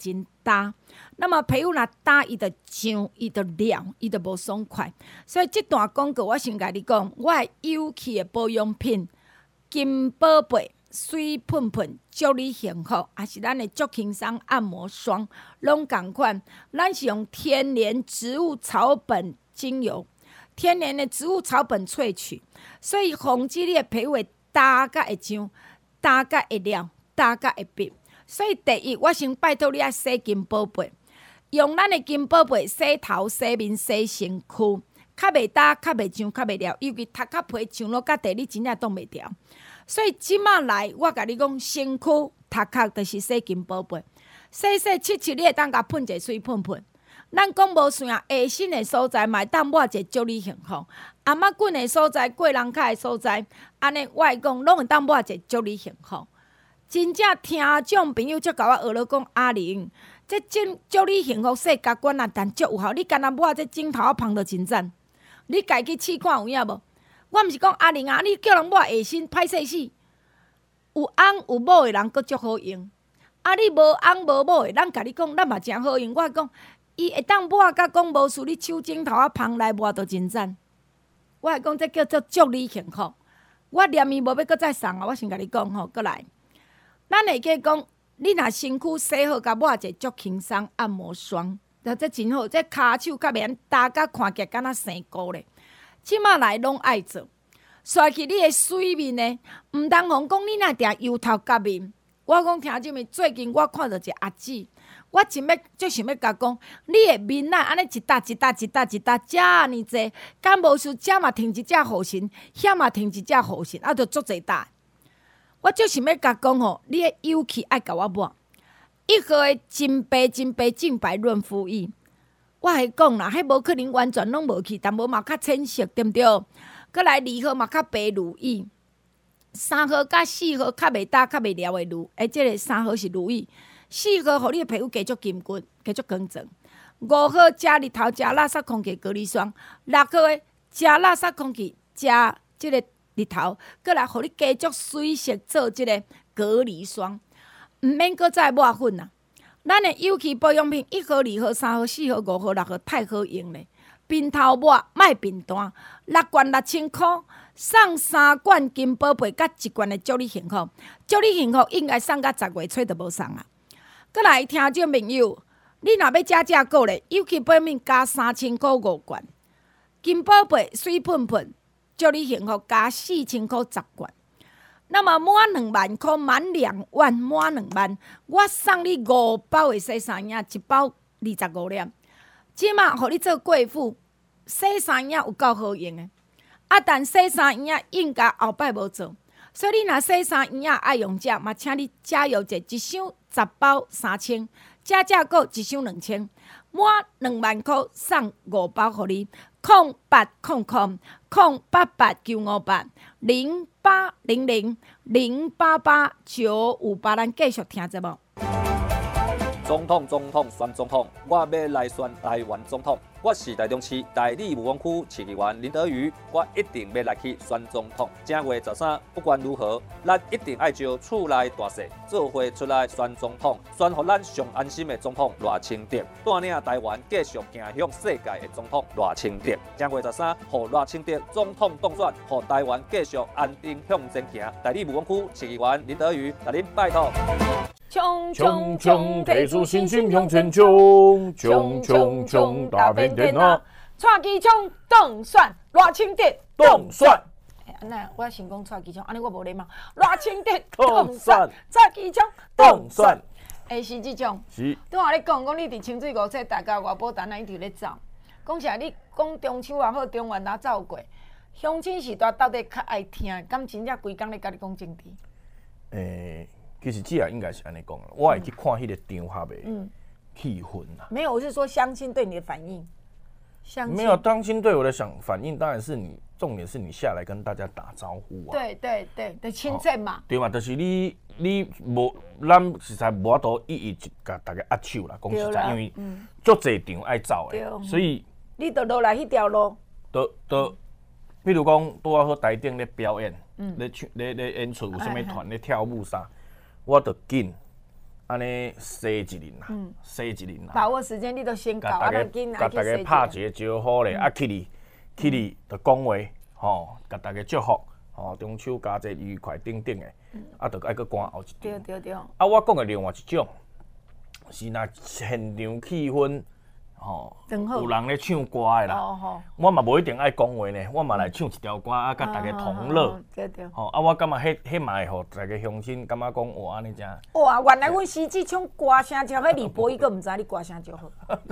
焦。那么皮肤若焦，伊就痒，伊就凉，伊就无爽快。所以这段广告我先甲你讲，我的有气的保养品，金宝贝、水喷喷，祝你幸福，也是咱的足轻松按摩霜，拢同款。咱是用天然植物草本精油，天然的植物草本萃取，所以防止你的皮肤会焦甲会痒，焦甲会凉，焦甲会闭。所以第一，我先拜托你啊，洗金宝贝。用咱的金宝贝洗头、洗面、洗身躯，较袂焦、较袂痒、较袂了，尤其头壳皮上落到地，你真正挡袂牢。所以即马来，我甲你讲，身躯、头壳就是洗金宝贝，洗七，你会当甲喷一水喷喷。咱讲无算啊，下身的所在嘛会当抹一祝你幸福，阿妈滚的所在、过人脚的所在，安尼我会讲，拢会当抹一祝你幸福。真正听众朋友则甲我学了讲，阿玲。这祝你幸福洗甲管啊，但足有效。你干那抹这枕头仔芳就真赞。你家己试看有影无？我毋是讲阿玲啊，你叫人抹下身歹势死。有翁有某的人佫足好用。啊，你无翁无某的，咱甲你讲，咱嘛真好用。我讲，伊会当抹甲讲无事，你手枕头仔芳来抹就真赞。我会讲这叫做祝你幸福。我念伊无要佫再送啊，我先甲你讲吼，佫来。咱会记讲。你若身躯洗好，甲抹一足轻松按摩霜，这真好。这骹手较袂安焦甲看起来敢若生菇咧。即马来拢爱做，刷去你的水面呢，毋通互讲你若定油头甲面。我讲听即面，最近我看到一个阿姊，我真要最想要甲讲，你的面啊，安尼一搭，遮尔济，敢无事遮嘛停一只护身，遐嘛停一只护身，啊，着足济搭。我就想要甲讲吼，你的油气爱甲我抹1盒的真白净白润肤液，我会讲啦，迄无可能完全拢无去，但无嘛较浅色，对毋对？搁来2盒嘛较白乳液，3盒甲4盒较袂焦较袂了的乳，即个3盒是乳液，4盒互你的皮肤加足筋骨，加足光泽。5盒加日头加垃圾空气隔离霜，6盒的加垃圾空气加即个。日头，过来，互你加足水色做即个隔离霜，毋免搁再抹粉啦。咱的有机保养品1盒、2盒、3盒、4盒、5盒、6盒太好用咧。平头抹莫平单，6罐6000块，送3罐金宝贝甲1罐的祝你幸福。祝你幸福应该送到10月初就无送啊。过来，听众朋友，你若要加购咧，有机保养品加3000块5罐，金宝贝水喷喷。祝你幸福加4000块10罐，那么满2万块，满2万，满2万，我送你5包的洗衫液，1包25粒。即马互你做贵妇，洗衫液有够好用的，啊，但洗衫液应该后摆无做，所以你若洗衫液爱用者，嘛请你加油者一箱10包3000，加价购一箱2000，满2万块送5包互你。0800-0800-0888-0800-088-958，咱继续听节目。 总统选总统，我要来选台湾总统。我是台中市大理武王区市议员林德瑜，我一定要来去选总统。正月13，不管如何，咱一定爱招厝内大细做伙出来选总统，选互咱上安心的总统赖清德，带领台湾继续行向世界的总统赖清德。正月13，互赖清德总统当选，互台湾继续安定向前行。大理武王区市议员林德瑜，甲恁拜托。 冲冲提出信心向前冲，冲打遍天下。 蔡其昌当选，赖清德当选。 那我先讲蔡其昌，安尼我无礼貌。赖清德当选，蔡其昌当选。 是这种。 是。 拄仔你讲你伫清水5册，大家外保单啊一直咧走。讲起来，你讲中秋也好，中元也走过，乡亲时代到底较爱听，敢真正规工咧甲你讲政治？ 其实这也应该是安尼讲啦，我会去看迄个场合的气氛啦。 没有，我是说乡亲对你的反应。 没有，乡亲对我的反应当然是你，重点是你下来跟大家打招呼啊。 对，的亲切嘛。 对嘛，就是你无，咱实在无法度一甲大家握手啦，讲实在，因为足侪场爱走的，所以你就落来迄条路。 比如讲，拄啊好台顶咧表演，咧演出有啥物团咧跳舞啥。我就紧安尼洗一轮啦，洗一轮啦。 把握时间，你都先搞， 甲大家拍一个招呼咧，去你就讲话，吼，甲大家祝福，吼，中秋佳节愉快等等的，就爱搁赶后一场。 对。 我讲的另外一种，是若现场气氛。吼，有人咧唱歌的啦，我嘛无一定爱讲话呢，我嘛来唱一条歌，甲大家同乐。 对。 吼，我感觉迄嘛会互大家乡亲感觉讲哇安尼正。 哇，原来阮司机唱歌声真好，李博伊佫毋知你歌声就好。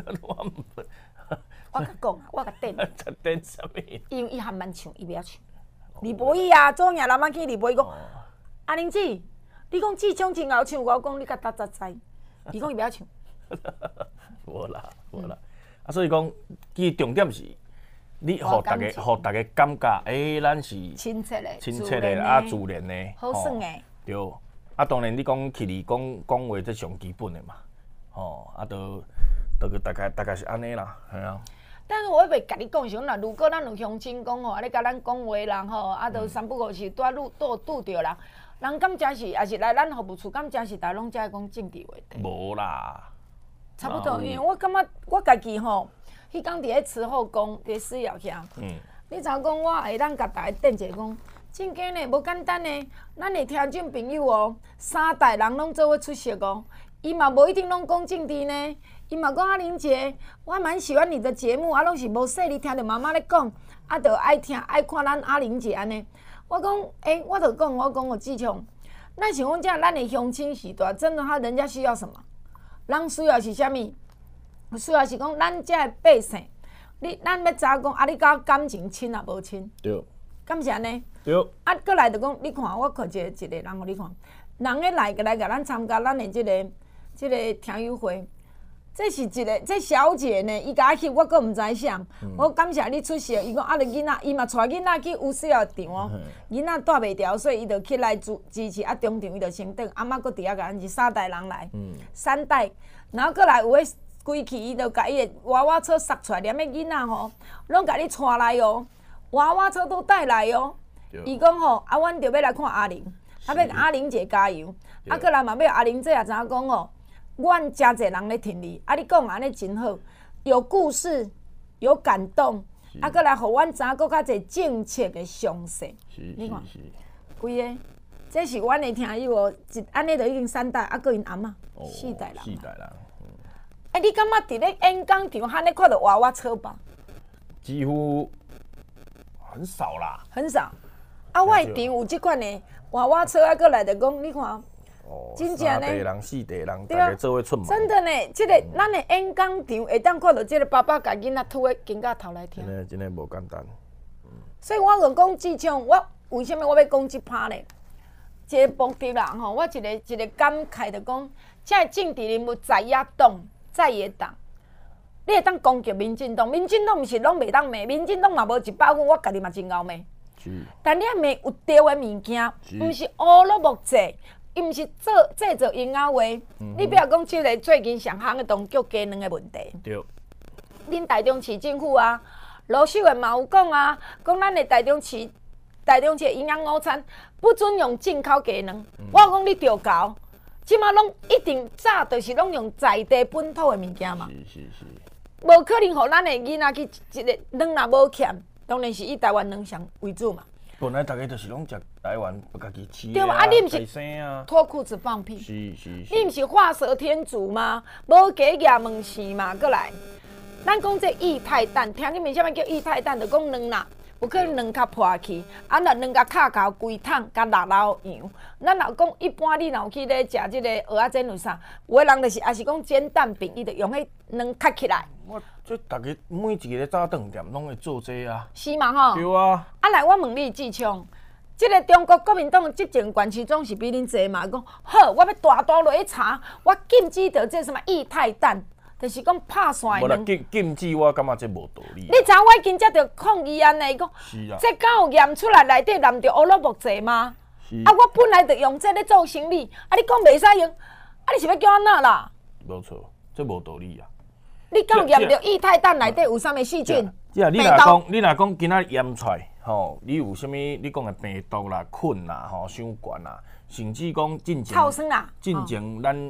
我甲讲啊，我甲等。 等什么？ 因为伊还蛮唱，伊袂晓唱。李博伊啊，昨夜南仔去李博伊讲，阿玲姐，你讲志昌真好唱，我讲你甲搭知。伊讲伊袂晓唱。 无啦，所以讲，其实重点是，你互大家感觉，咱是亲切的， 自然的， 好耍的。 对，当然你讲起嚟讲话，这上基本的嘛，都大概是安尼啦，系啊。 但是我要甲你讲啥，如果咱有乡亲讲吼，你甲咱讲话人吼，就三不五时拄着人，人敢真是，也是来咱服务处，敢真是大拢只会讲政治话题。 无啦。 差不多，因为我感觉我家己吼，迄天伫咧慈后宫伫四窑遐，你知影讲我会当甲大家电者讲，真假呢，无简单呢。咱的听众朋友哦，三代人拢做伙出席哦，伊嘛无一定拢讲政治呢，伊嘛讲阿玲姐，我蛮喜欢你的节目，拢是无细哩听着妈妈咧讲，就爱听爱看咱阿玲姐安尼。我讲，我就讲，我讲志强，咱想讲这咱的乡亲时代，真的人家需要什么？人需要是啥物？需要是讲咱遮的百姓，咱要知讲你甲感情亲啊无亲？ 对。 敢是安尼？ 对。 过来就讲，你看我看一个人，互你看，人咧来甲咱参加咱的即个听友会，这小姐呢，伊甲我翕，我阁毋知啥。我感谢你出席，伊讲就囡仔，伊嘛带囡仔去有需要场哦。囡仔带袂牢，所以伊就起来支持。中场伊就先转，阿嬷阁伫遐甲咱是三代人来，三代，然后过来有诶归去，伊就甲伊诶娃娃车塞出来，连个囡仔吼，拢甲你带来哦，娃娃车都带来哦。伊讲吼，阮着要来看阿玲，要阿玲姐加油。过来嘛要阿玲姐也知影讲吼。阮真侪人咧听你，你讲安尼真好，有故事，有感动，过来互阮知影搁较侪正确的详细。你看，规个，这是阮的听友哦，安尼就已经三代，搁因阿嬷，四代人。你感觉伫咧演讲场喊你看到娃娃车吧？ 几乎很少啦。 很少。我的场有即款的娃娃车，过来就讲，你看。真正呢， 三代人、四代人，大家做伙出门。 真的呢，咱的演讲场会当看到这个爸爸甲囡仔拄咧经过头来听。 真的无简单。 所以我就讲志强，我为什么我要讲这趴呢？一个目的啦吼，我一个感慨就讲，这政治人物在野党、在野党，你会当攻击民进党，民进党毋是拢袂当骂，民进党嘛无100分，我家己嘛真够骂。但你要骂有对的物件，毋是乌落木济。伊毋是制造婴仔话，你不要讲即个最近上行的当叫鸡卵的问题。 对。 恁台中市政府啊，罗秀燕嘛有讲啊，讲咱的台中市营养午餐不准用进口鸡卵。我讲你着搞，即马拢一定早就是拢用在地本土的物件嘛。 是。 无可能互咱的囡仔去一个卵若无欠，当然是以台湾卵上为主嘛。 本来大家就是拢食台湾家己饲对嘛？你毋是脱裤子放屁？ 是。 你毋是画蛇添足吗？无鸡鸭问事嘛？过来，咱讲这液态氮，听你们啥物叫液态氮？就讲卵啦，有可能卵壳破去，若卵甲卡到规桶甲6楼样。咱若讲一般你若有去咧食即个蚵仔煎有啥？有的人就是也是讲煎蛋饼，伊就用迄卵卡起来。 我这大家每一个早顿店拢会做这啊。 是嘛吼？ 对啊。 来，我问你志强，即个中国国民党执政县市总是比恁济嘛？讲好，我要大落去查，我禁止着这什么液态氮，就是讲拍线的。 无啦，禁止我感觉这无道理。 你知我已经才着抗议安尼讲，这敢有验出来内底含着乌鲁木济吗？我本来就用这咧做生意，你讲袂使用，你是要叫安怎啦？ 无错，这无道理啊。 你敢有验着液态氮内底有啥物细菌？ 你若讲今仔验出来，吼，你有啥物？你讲的病毒啦、菌啦、吼、伤悬啦，甚至讲进前咱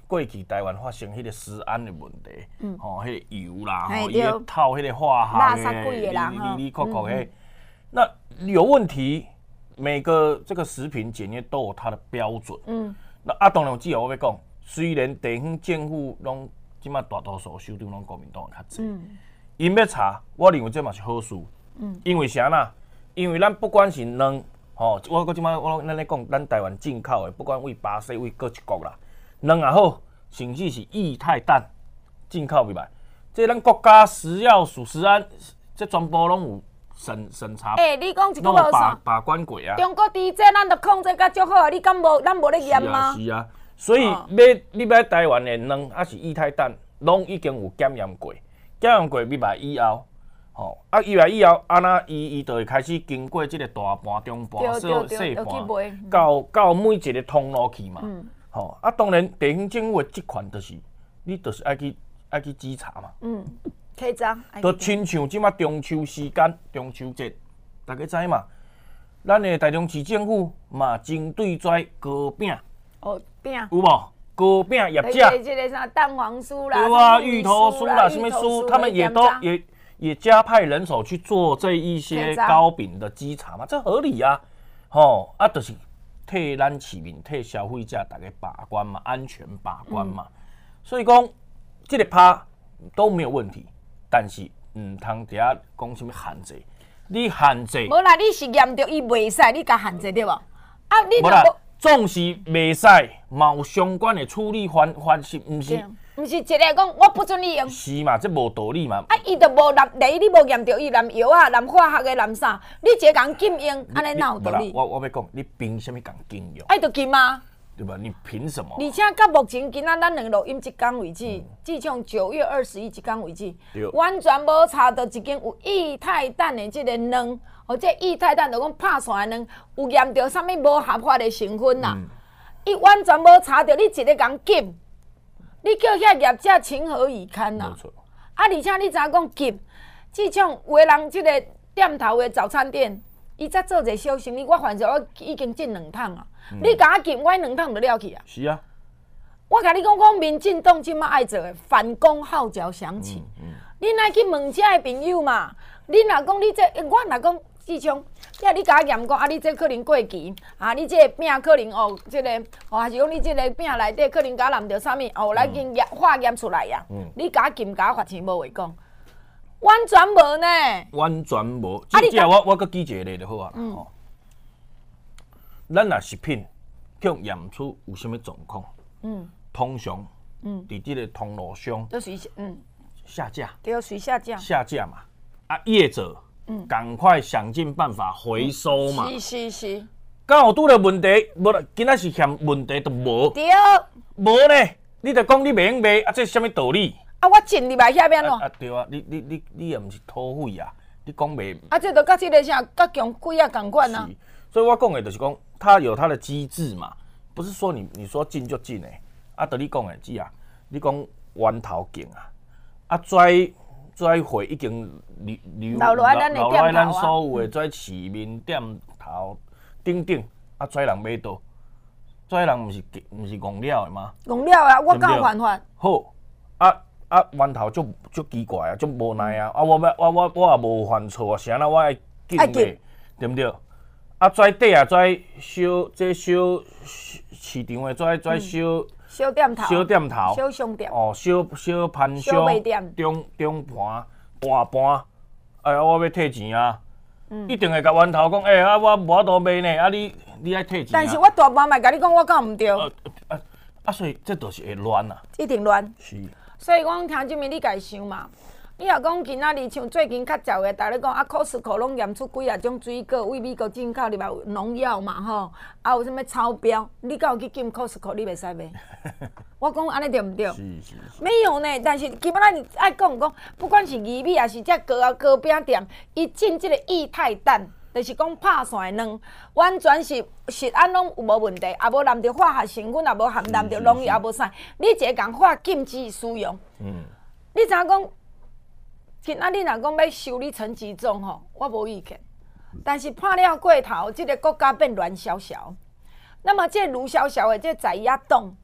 过去台湾发生迄个食安的问题，吼，迄个油啦， 嘿吼，伊咧套迄个化学的，哩扣扣迄，那有问题，每个这个食品检验都有它的标准，那当然只有我要讲，虽然地方政府拢即马大多数首长拢国民党较济，因要查，我认为这嘛是好事，因为啥啦？因为咱不管是卵，吼，我即马咱咧讲，咱台湾进口的，不管为巴西为各一国啦，卵也好，甚至是液态氮进口袂歹，这咱国家食药署食安，这全部拢有审查。 你讲一句无错， 把关过啊。 中国伫这咱著控制甲足好啊，你敢无？咱无咧验吗？ 是啊，所以你买台湾的卵还是液态氮，拢已经有检验过，检验过入来以后。吼，入来以后，安那伊就会开始经过即个大盘、中盘、细盘，到每一个通路去嘛。吼，当然地方政府的职权就是，你就是爱去稽查嘛。 稽查。 就亲像即马中秋时间、中秋节，大家知嘛？咱的台中市政府嘛，针对跩糕饼。 饼。 有无？糕饼业者。 这个啥蛋黄酥啦， 对啊，芋头酥啦，什么酥，他们也加派人手去做这一些糕饼的稽查嘛，这合理啊，吼就是替咱市民、替消费者大家把关嘛，安全把关嘛，所以讲这个趴都没有问题，但是唔通伫遐讲什么限制，你限制， 无啦，你是验着伊袂使，你甲限制对无？你无啦，总是袂使，嘛有相关的处理方式，唔是。 毋是一个讲，我不准你用。 是嘛，这无道理嘛。 伊就无第一，你无验着伊染药啊、染化学的、染啥，你一个讲禁用，安尼哪有道理？ 我要讲，你凭什么讲禁用？ 就禁啊， 对吧？你凭什么？ 而且到目前今咱两录音一天为止，自从9月21一天为止，完全无查到一间有液态氮的这个卵，这液态氮就讲拍散的卵，有验着啥物无合法的成分啦。伊完全无查到，你一个讲禁。你叫遐业者情何以堪啊？而且你知影讲禁，即种有的人即个店头的早餐店，伊才做者小生意，我反正我已经进2趟啊。你甲我禁，我2趟就了去啊。 是啊。 我甲你讲，民进党即马爱做的反攻号角响起，你来去问遮的朋友嘛？你若讲你这，我若讲。志强，你甲我验讲，你这可能过期，你这个饼可能这个还是讲你这个饼内底可能甲染着啥物，来经化验出来呀。你甲我禁，甲我罚钱无话讲，完全无呢。 完全无。即我搁举一个例就好啊。咱若食品向验出有啥物状况，通常伫即个通路上都随下架， 对，随下架。 下架嘛，业者。赶快想尽办法回收嘛！ 是。 刚好拄着问题，无啦，今仔是嫌问题都无。 对。 无呢，你着讲你袂用卖，这是啥物道理？ 我进入来遐边咯。 对啊，你也毋是土匪啊！你讲袂？ 这着甲这个啥，甲强贵啊共款啊。 所以我讲的就是讲，它有它的机制嘛，不是说你说进就进的。得你讲的只啊，你讲源头径啊，跩会已经流落咱所有的跩市民店头顶，跩人买倒，跩人毋是戆了的吗？ 戆了啊！我敢犯法。 好，源头足奇怪啊，足无奈啊！我也无犯错啊，是安那我爱禁的，对毋对？跩底啊，跩小市场的跩小店头、小商店、 小盘商、中盘、大盘，我要退钱啊！一定会甲源头讲，我无法度卖呢，你爱退钱。 但是我大盘嘛，甲你讲，我敢毋对。 所以这就是会乱啊。 一定乱。 是。 所以讲听证明你家想嘛。你若讲今仔日像最近较早的，逐咧讲Costco 拢验出几啊种水果为美国进口入来有农药嘛吼，有啥物超标，你敢有去进 Costco 你袂使买？我讲安尼对毋对？ 是。 没有呢，但是基本上你爱讲，不管是鱼米还是这糕饼店，伊进这个液态氮，就是讲拍散的卵，完全是食安拢有无问题，也无染着化学成分，也无含染着农药，也无啥，你一个共法禁止使用。你知影讲？今仔日若讲要修理陈吉仲吼，我无意见。但是拍了过头，这个国家变乱萧萧。那么这卢萧萧的这在野党，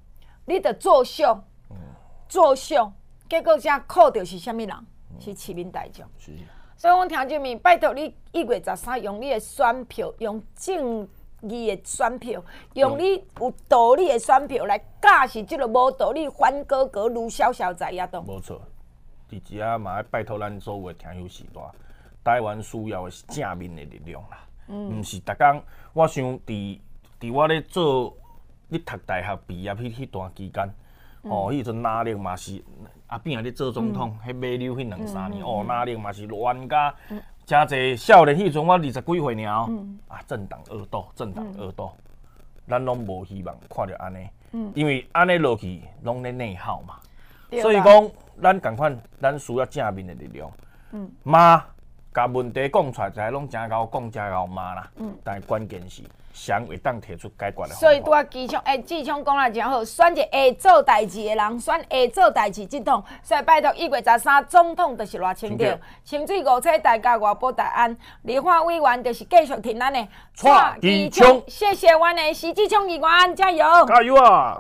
你着作秀，作秀，结果才靠着是啥物人？是市民大众。 是。 所以，阮听众们，拜托你1月13用你的选票，用正义的选票，用你有道理的选票来驾驶这个无道理反哥哥卢小小在野党。 无错，伫遮嘛要拜托咱所有的听友时代，台湾需要的是正面的力量啦，毋是逐工。我想伫我咧做咧读大学毕业迄段期间，迄阵哪力嘛是阿扁咧做总统，迄马柳迄2-3年，哪力嘛是乱甲真侪少年。迄阵我20几岁尔政党恶斗，政党恶斗，咱拢无希望看到安尼，因为安尼落去拢咧内耗嘛。所以讲，咱共款，咱需要正面的力量。骂，甲问题讲出来，就拢真够讲，真够骂啦。但关键是，谁会当提出解决的方法。 所以拄啊，志强讲了真好，选一个会做代志的人，选会做代志总统。所以拜托1月13总统就是偌清着，清水5车大家外保大安，立法委员就是继续听咱的蔡志强。 谢谢阮的徐志强议员，加油！ 加油啊！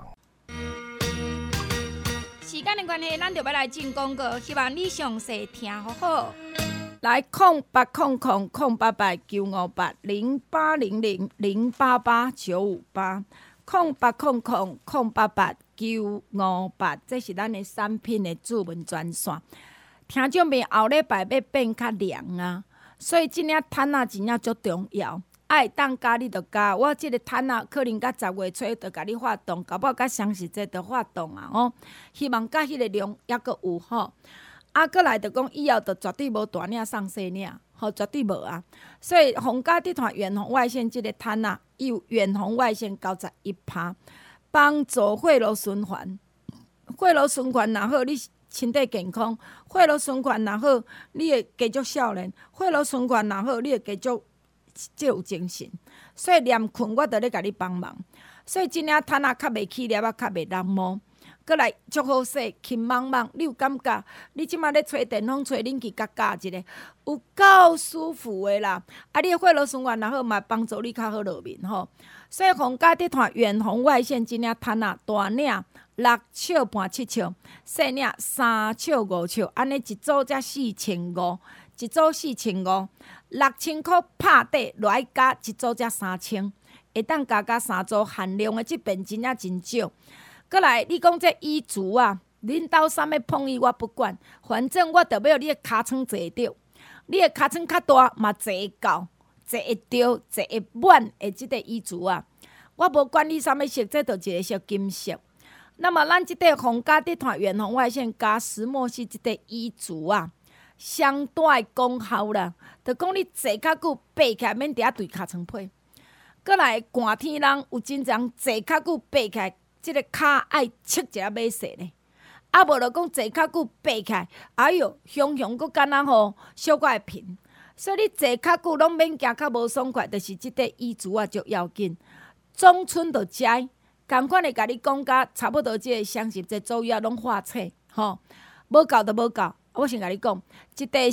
时间的关系，咱就要来进广告，希望你详细听好好。来0800-088-958，0800-088-958，这是咱的产品的主文专线。听众朋友，后礼拜要变较凉啊，所以真正摊仔真正足重要。爱当加你就加，我即个摊仔可能甲10月初就甲你发动，搞不好甲双十节就发动啊！希望甲迄个量抑阁有吼。过来就讲以后就绝对无大领送细领，绝对无啊！所以宏嘉集团远红外线即个摊仔，有远红外线91%，帮助血路循环。血路循环若好，你身体健康；血路循环若好，你会继续少年；血路循环若好，你会继续即有精神。所以连困我都咧甲你帮忙。所以真正摊仔较袂起粒啊，较袂落毛。过来足好势，轻茫茫，你有感觉？你即马咧吹电风吹冷气，甲加一个，有够舒服的啦！你的血路循环若好，嘛帮助你较好落面吼。所以宏嘉集团远红外线真正摊啊，大领6尺半7尺，细领3尺5尺，安尼一组才4500，一组4500，6000块拍底落来加一组才3000，会当加3组限量的，即边真正真少。过来，你讲这衣橱啊，恁兜啥物碰伊我不管，反正我着要你的尻川坐着，你的尻川较大嘛坐会到，坐会着，坐会满的即个衣橱啊，我无管你啥物色，这着一个小金色。那么咱即个宏嘉集团远红外线加石墨烯即个衣橱啊，相当的功效啦，着讲你坐较久，爬起来免伫遐对尻川皮。过来寒天人有真正坐较久，爬起来。即个骹爱切一下马细咧，无就讲坐较久爬起来，哎哟，雄雄佫敢若吼小可会平，所以你坐较久拢免行较无爽快，就是即个衣橱啊足要紧。中春就食，共款会甲你讲甲差不多，即个双十节左右拢化册吼，无够就无够。我先甲你讲，一地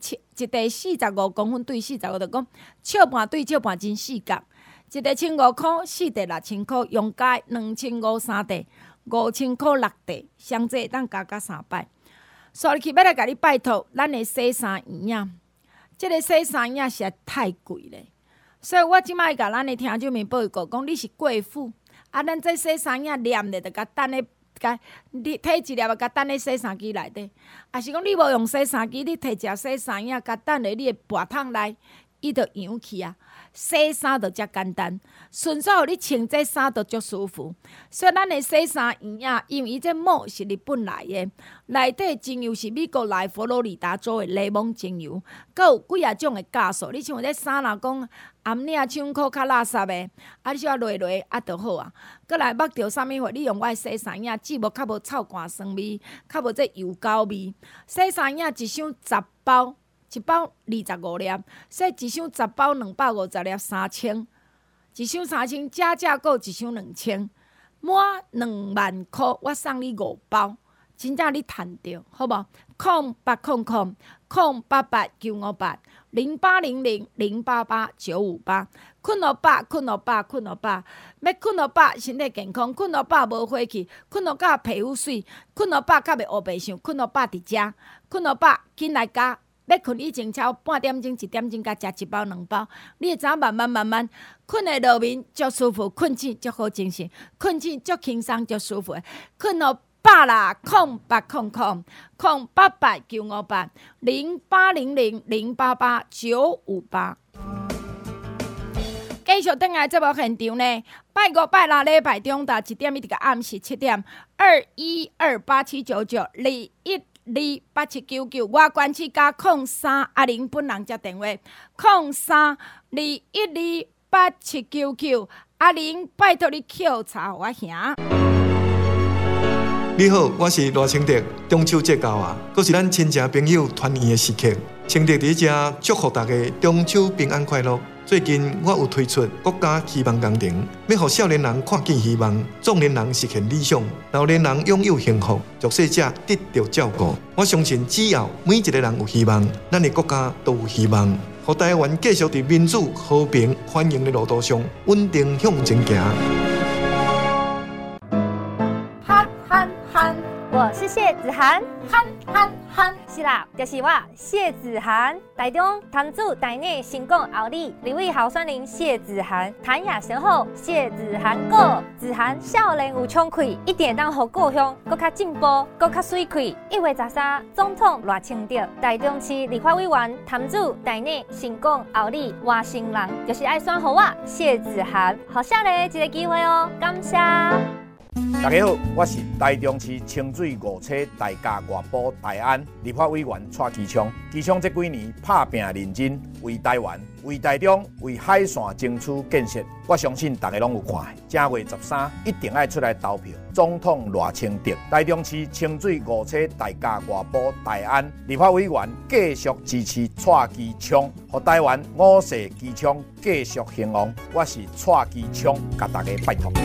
45公分对45，就讲尺半对尺半真4角。一地1500块，4地6000块，用加2500，3地5000块，6地，相这当加3摆。所以去要来甲你拜托，咱的洗衫衣啊，即个洗衫衣实在太贵咧。所以我即摆甲咱的听众们报告讲，你是贵妇，咱这洗衫衣黏咧，就甲等咧，你摕一粒啊，甲等咧洗衫机内底。啊是讲你无用洗衫机，你摕一洗衫衣，甲等咧你的跋桶内，伊就扬去啊。洗衫就遮简单，顺手你穿这衫就足舒服。所以咱的洗衫衣啊，因为伊这膜是日本来的，内底精油是美国来佛罗里达州的柠檬精油，佮有几啊种的加速。你像这衫若讲暗领抢裤较垃圾的，你小落落就好啊。佮来捌着啥物货，你用我的洗衫衣，只无较无臭汗酸味，较无这油膏味。洗衫衣一箱10包。一包25粒，所以一箱10包250粒，3000，一箱3000，加购一箱2000，满2万块，我送你5包，真正你赚着，好无？ 0800-958-088-958，困落饱，困落饱，困落饱，要困落饱，身体健康，困落饱无火气，困落饱皮肤水，困落饱较袂黑白相，困落饱伫遮，困落饱紧来家。要困以前超半点钟、1点钟，甲食1包2包，你会知慢慢困的落眠足舒服，困醒足好精神，困醒足轻松足舒服的，困落饱啦！0800-958-0800-088-958。继续转来节目现场呢，拜5、拜6礼拜中昼1点一直到暗时7点，2128799212899，外关市加03阿玲本人接电话0321287799，阿玲拜托你扣查我兄。 你好，我是罗清德。中秋节到啊，阁是咱亲戚朋友团圆的时刻。清德伫遮祝福大家中秋平安快乐。最近我有推出国家希望工程，要互少年人看见希望，壮年人实现理想，老年人拥有幸福，弱势者得到照顾。我相信，只要每一个人有希望，咱的国家都有希望。互台湾继续伫民主、和平、繁荣的路途上稳定向前行。 我是谢子涵，是啦，就是我谢子涵。台中潭子台内成功后里立委候选人谢子涵，谈也上好，谢子涵过。子涵少年有冲气，一定当互故乡搁较进步，搁较水气。1月13总统赖清德，台中市立法委员潭子台内成功后里外省人，就是爱选互我谢子涵，互少年一个机会哦，感谢。 大家好，我是台中市清水5车大家外埔大安立法委员蔡其昌。其昌这几年打拼认真，为台湾、为台中、为海线争取建设，我相信大家拢有看。正月13一定要出来投票，总统赖清德。台中市清水5车大家外埔大安立法委员继续支持蔡其昌，让台湾5世其昌继续兴旺。我是蔡其昌，甲大家拜托。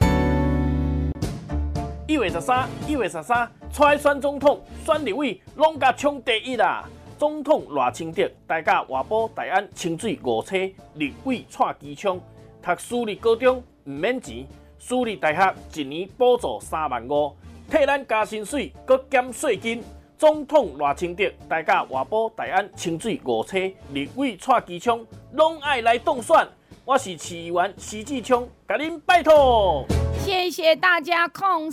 1月13，出来选总统、选立委，拢甲冲第一啦！总统赖清德，大家外埔大安清水5车立委蔡其昌，读私立高中唔免钱，私立大学一年补助35000，替咱加薪水，搁减税金。总统赖清德，大家外埔大安清水5车立委蔡其昌，拢爱来当选。我是市议员徐志昌，甲恁拜托。 谢谢大家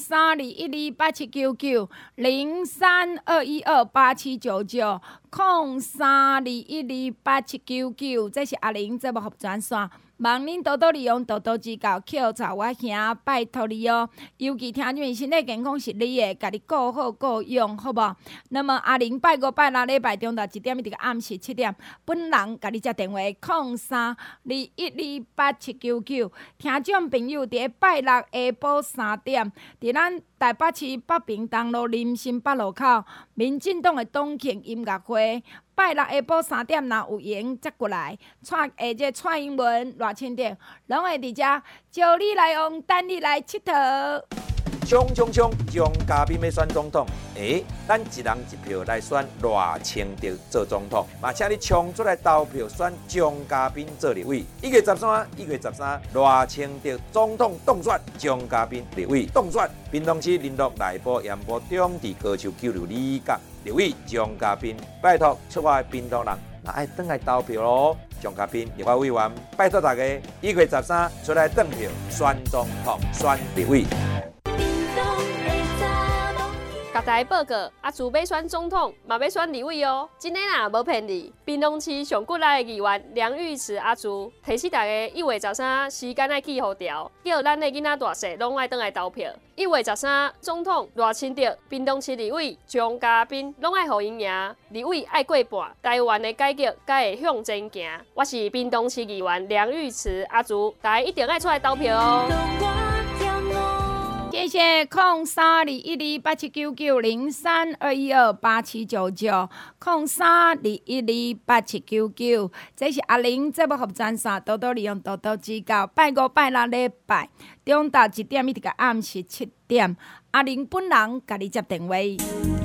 ，032128799032128799，0321287999，这是阿玲节目服专线。望恁多多利用，多多指教，扣查我兄，拜托你哦。尤其听见身体健康是你的，家己顾好顾用，好无？那么阿玲拜5、拜6礼拜中昼1点一直到暗时7点，本人甲你接电话0321287999。听众朋友，伫拜6下晡3点，伫咱台北市北平东路林森北路口，民进党的党庆音乐会。拜6下晡3点，若有闲则过来。蔡英文、赖清德，拢会伫遮招你来往，等你来佚佗。 冲！蒋家彬要选总统，咱一人一票来选赖清德做总统，嘛，请你冲出来投票选蒋家彬做立委。1月13，赖清德总统当选，蒋家彬立委当选。屏东市林鹿内埔盐埔中治高球9路里角立委蒋家彬，拜托出外屏东人，那爱转来投票咯。蒋家彬立法委员，拜托大家1月13出来投票选总统、选立委。 甲大家报告，阿朱要选总统，嘛要选立委哦。真诶啦，无骗你。屏东市上骨力的议员梁玉慈阿朱，提醒大家1月13时间爱记好条，叫咱的囡仔大细拢爱倒来投票。1月13总统赖清德，屏东市立委蒋家彬拢爱互因赢，立委爱过半，台湾的改革才会向前行。我是屏东市议员梁玉慈阿朱，大家一定爱出来投票哦。 谢谢032128799032212879903221287999，这是阿玲节目服专线，多多利用，多多指教。拜5、拜6礼拜中昼1点一直到暗时7点，阿玲本人甲你接电话。